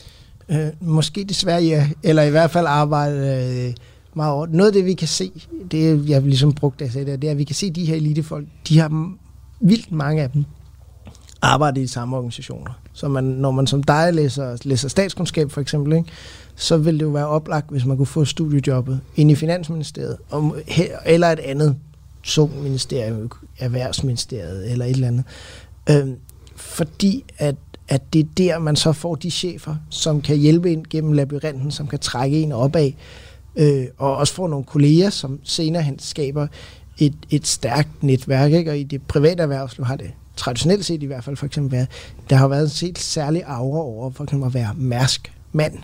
Måske desværre, ja. Eller i hvert fald arbejde meget over. Noget af det, vi kan se, det jeg ligesom brugt det, det er, at vi kan se, at de her elitefolk, de har vildt mange af dem arbejdet i samme organisationer. Så når man som dig læser statskundskab for eksempel, ikke, så vil det jo være oplagt, hvis man kunne få studiejobbet ind i Finansministeriet, eller et andet ministerium, Erhvervsministeriet eller et eller andet. Fordi at det er der, man så får de chefer, som kan hjælpe ind gennem labyrinten, som kan trække en opad, og også får nogle kolleger, som senere hen skaber et stærkt netværk, ikke? Og i det private erhvervsliv har det traditionelt set i hvert fald for eksempel været, der har været en helt særlig aura over for eksempel at være Mærsk-mand,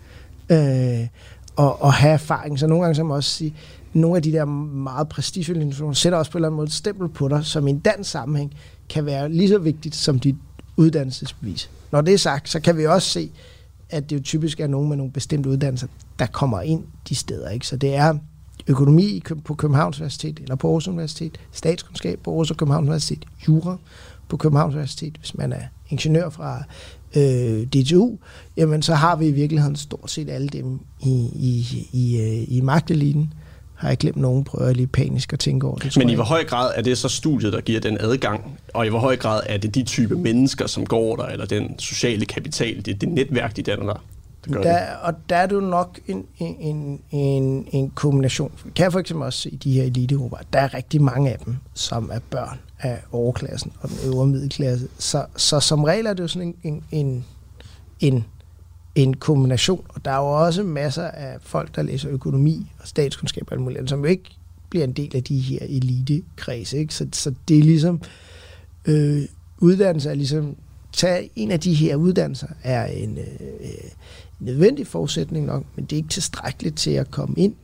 og have erfaring. Så nogle gange, som også sige, nogle af de der meget prestigefyldte institutioner sætter også på en eller anden måde et stempel på dig, som i en dansk sammenhæng kan være lige så vigtigt som dit uddannelsesbevis. Når det er sagt, så kan vi også se, at det jo typisk er nogen med nogle bestemte uddannelser, der kommer ind de steder, ikke? Så det er økonomi på Københavns Universitet eller på Aarhus Universitet, statskundskab på Aarhus og Københavns Universitet, jura på Københavns Universitet, hvis man er ingeniør fra DTU, jamen så har vi i virkeligheden stort set alle dem i magteliten. Har jeg glemt nogen, prøver jeg lige panisk at tænke over det. Men i hvor høj grad er det så studiet, der giver den adgang? Og i hvor høj grad er det de type mennesker, som går der, eller den sociale kapital, det netværk, de danner der? Og der er det jo nok en kombination. Vi kan for eksempel også se de her elitegrupper. Der er rigtig mange af dem, som er børn af overklassen og den øvre middelklasse. Så som regel er det jo sådan en kombination. Og der er jo også masser af folk, der læser økonomi og statskundskab og alt muligt, som jo ikke bliver en del af de her elitekredse, ikke? Så det er ligesom uddannelse er ligesom tage en af de her uddannelser er en nødvendig forudsætning nok, men det er ikke tilstrækkeligt til at komme ind.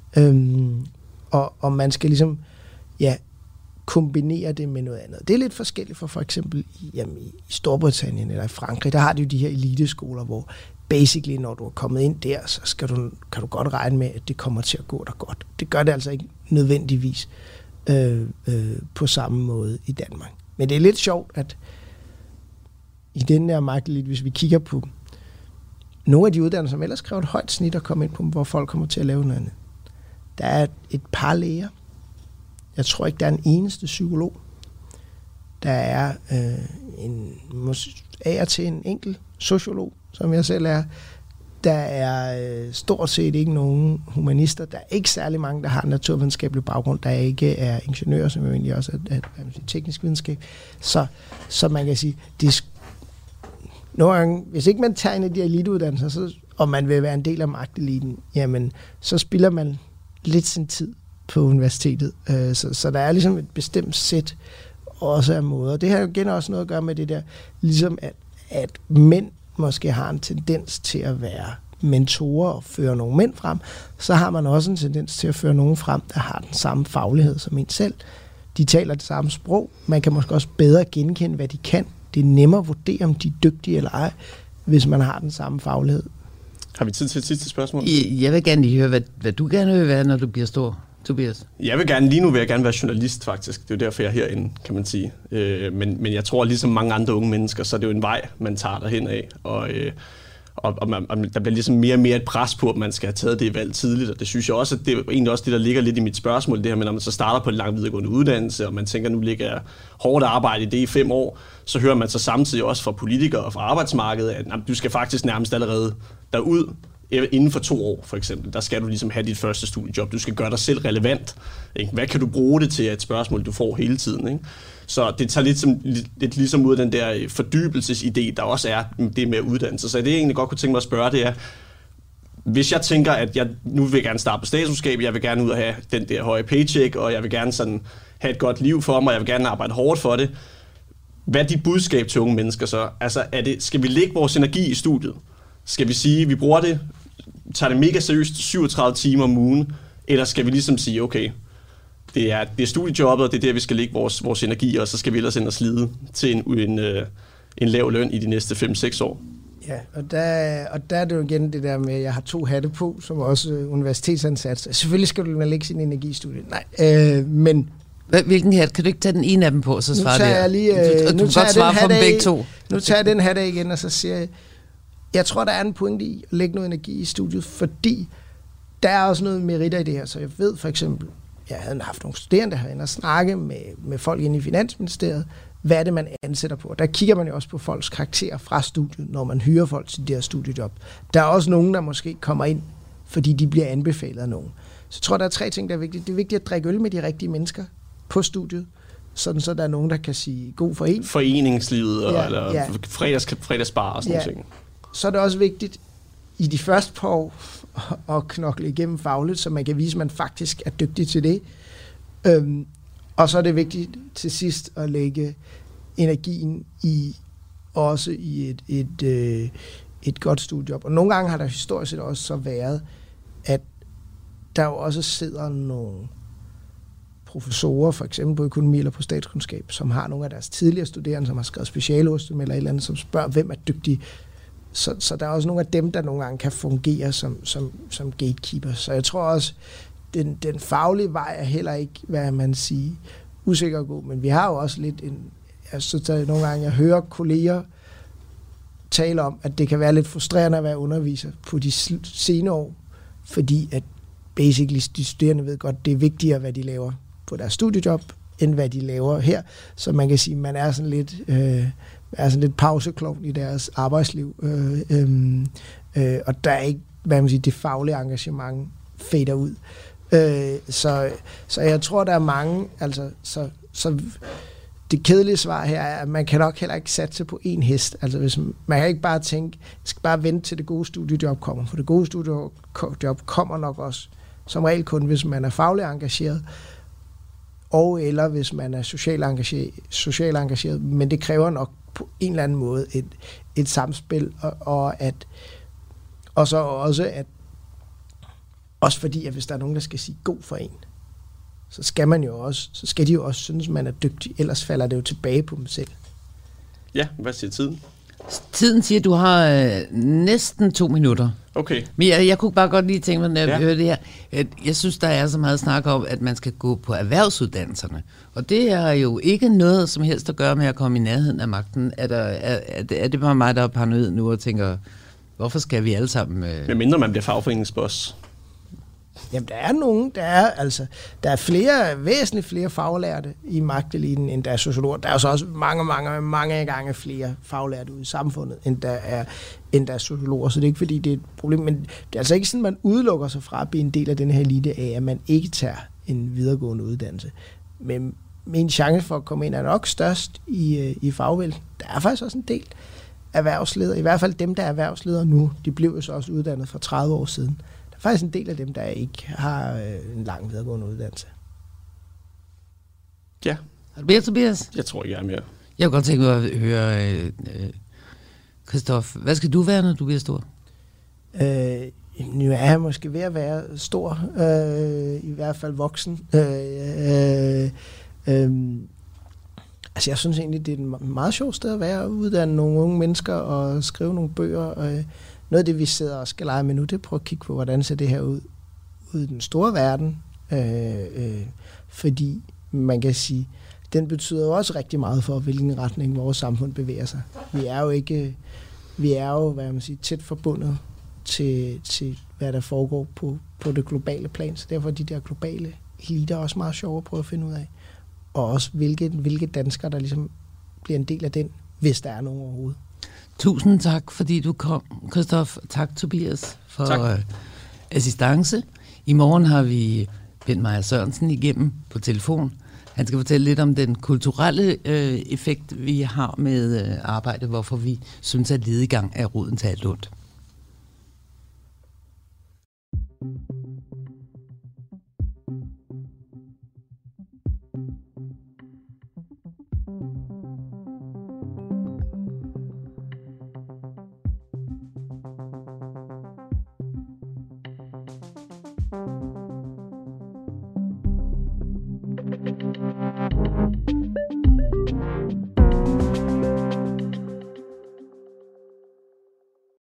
Og man skal ligesom kombinere det med noget andet. Det er lidt forskelligt for eksempel i Storbritannien eller i Frankrig. Der har de jo de her eliteskoler, hvor basically, når du er kommet ind der, så kan du godt regne med, at det kommer til at gå dig godt. Det gør det altså ikke nødvendigvis på samme måde i Danmark. Men det er lidt sjovt, at i den der magtelit, hvis vi kigger på nogle af de uddannelser, som ellers kræver et højt snit at komme ind på, hvor folk kommer til at lave noget andet. Der er et par læger. Jeg tror ikke, der er en eneste psykolog. Der er af og til en enkelt sociolog, som jeg selv er. Der er stort set ikke nogen humanister. Der er ikke særlig mange, der har en naturvidenskabelig baggrund. Der ikke er ingeniører, som jo egentlig også er teknisk videnskab. Så man kan sige, det nogle gange, hvis ikke man tager en af de eliteuddannelser, og man vil være en del af magteliten, jamen, så spilder man lidt sin tid på universitetet. Så der er ligesom et bestemt sæt også af måder. Det har jo igen også noget at gøre med det der, ligesom at mænd måske har en tendens til at være mentorer og føre nogle mænd frem, så har man også en tendens til at føre nogen frem, der har den samme faglighed som en selv. De taler det samme sprog. Man kan måske også bedre genkende, hvad de kan. Det er nemmere at vurdere, om de er dygtige eller ej, hvis man har den samme faglighed. Har vi tid til et sidste spørgsmål? Jeg vil gerne lige høre, hvad du gerne vil være, når du bliver stor, Tobias. Lige nu vil jeg gerne være journalist, faktisk. Det er jo derfor, jeg er herinde, kan man sige. Men jeg tror, ligesom mange andre unge mennesker, så er det jo en vej, man tager derhen af. Og der bliver ligesom mere og mere et pres på, at man skal have taget det valg tidligt. Og det synes jeg også, at det er egentlig også det, der ligger lidt i mit spørgsmål. Det her med, når man så starter på en lang videregående uddannelse, og man tænker, nu ligger jeg hårdt arbejde i det i 5 år, så hører man så samtidig også fra politikere og fra arbejdsmarkedet, at du skal faktisk nærmest allerede derud inden for 2 år, for eksempel. Der skal du ligesom have dit første studiejob. Du skal gøre dig selv relevant. Ikke? Hvad kan du bruge det til, et spørgsmål, du får hele tiden? Ikke? Så det tager lidt ligesom ud af den der fordybelsesidé, der også er det med uddannelse. Så det, jeg egentlig godt kunne tænke mig at spørge, det er, hvis jeg tænker, at jeg nu vil gerne starte på statskundskab, jeg vil gerne ud og have den der høje paycheck, og jeg vil gerne sådan have et godt liv for mig, og jeg vil gerne arbejde hårdt for det. Hvad er dit budskab til unge mennesker så? Altså, skal vi lægge vores energi i studiet? Skal vi sige, at vi bruger det, tager det mega seriøst 37 timer om ugen, eller skal vi ligesom sige, okay, det er studiejobbet, og det er der, vi skal lægge vores energi, og så skal vi ellers ind og slide til en lav løn i de næste 5-6 år? Ja, og der er det jo igen det der med, at jeg har 2 hatte på, som også universitetsansat. Selvfølgelig skal du lægge sin energi i studiet. Nej, men... Hvilken hat? Kan du ikke tage den ene af dem på, så svarer det? Nu tager jeg den hat af igen, og så siger jeg tror, der er en pointe i at lægge noget energi i studiet, fordi der er også noget meritter i det her. Så jeg ved for eksempel, jeg havde haft nogle studerende herinde og snakke med folk inde i Finansministeriet, hvad er det, man ansætter på. Der kigger man jo også på folks karakterer fra studiet, når man hyrer folk til det her studiejob. Der er også nogen, der måske kommer ind, fordi de bliver anbefalet af nogen. Så jeg tror, der er 3 ting, der er vigtigt. Det er vigtigt at drikke øl med de rigtige mennesker på studiet, sådan så der er nogen, der kan sige god for en. Foreningslivet, eller fredagsbar og sådan noget. Så er det også vigtigt i de første par år at knokle igennem fagligt, så man kan vise, at man faktisk er dygtig til det. Og så er det vigtigt til sidst at lægge energien i et godt studiejob. Og nogle gange har der historisk set også så været, at der jo også sidder nogle professorer, for eksempel på økonomi eller på statskundskab, som har nogle af deres tidligere studerende, som har skrevet speciale hos dem eller et eller andet, som spørger, hvem er dygtig. Så der er også nogle af dem, der nogle gange kan fungere som gatekeeper. Så jeg tror også, den faglige vej er heller ikke, hvad man siger, usikker og god, men vi har jo også lidt jeg synes, at nogle gange, jeg hører kolleger tale om, at det kan være lidt frustrerende at være underviser på de senere år, fordi at basically de studerende ved godt, det er vigtigere, hvad de laver på deres studiejob, end hvad de laver her. Så man kan sige, at man er sådan lidt pauseklovn i deres arbejdsliv. Og der er ikke, hvad man siger, det faglige engagement fader ud. Så jeg tror, der er mange, altså, så det kedelige svar her er, at man kan nok heller ikke satse på én hest. Altså hvis man kan ikke bare tænke, jeg skal bare vente til det gode studiejob kommer, for det gode studiejob kommer nok også, som regel kun, hvis man er fagligt engageret, og eller hvis man er socialt engageret, men det kræver nok på en eller anden måde et samspil, og så også fordi, at hvis der er nogen, der skal sige god for en, så skal de jo også synes, man er dygtig, ellers falder det jo tilbage på dem selv. Ja, hvad siger tiden? Tiden siger, at du har næsten 2 minutter. Okay. Men jeg kunne bare godt lige tænke mig, når jeg hører det her. Jeg synes, der er så meget snak om, at man skal gå på erhvervsuddannelserne. Og det er jo ikke noget som helst at gøre med at komme i nærheden af magten. Er det bare mig, der er paranoid nu og tænker, hvorfor skal vi alle sammen... Med mindre man bliver fagforeningsboss. Jamen, der er væsentligt flere faglærte i magteliten, end der er sociologer. Der er så også mange gange flere faglærte ude i samfundet, end der er sociologer. Så det er ikke, fordi det er et problem. Men det er altså ikke sådan, man udelukker sig fra at blive en del af den her elite af, at man ikke tager en videregående uddannelse. Men min chance for at komme ind er nok størst i fagvælden. Der er faktisk også en del erhvervsledere, i hvert fald dem, der er erhvervsledere nu. De blev jo så også uddannet for 30 år siden. Faktisk en del af dem, der ikke har en lang videregående uddannelse. Ja. Har du mere, Tobias? Jeg tror ikke, jeg er mere. Jeg kunne godt tænke mig at høre, Christoph, hvad skal du være, når du bliver stor? Nu er jeg måske ved at være stor, i hvert fald voksen. Altså jeg synes egentlig, det er et meget sjovt sted at være, uddanne nogle unge mennesker og skrive nogle bøger. noget af det, vi sidder og skal lege med nu, det er at prøve at kigge på, hvordan ser det her ud i den store verden. Fordi man kan sige, den betyder jo også rigtig meget for, hvilken retning vores samfund bevæger sig. Vi er jo hvad man siger, tæt forbundet til, hvad der foregår på det globale plan. Så derfor er de der globale eliter også meget sjove at prøve at finde ud af. Og også, hvilke danskere, der ligesom bliver en del af den, hvis der er nogen overhovedet. Tusind tak, fordi du kom, Christoph. Tak, Tobias, for assistance. I morgen har vi Bent Meyer Sørensen igennem på telefon. Han skal fortælle lidt om den kulturelle effekt, vi har med arbejde, hvorfor vi synes, at lediggang er roden til alt ondt.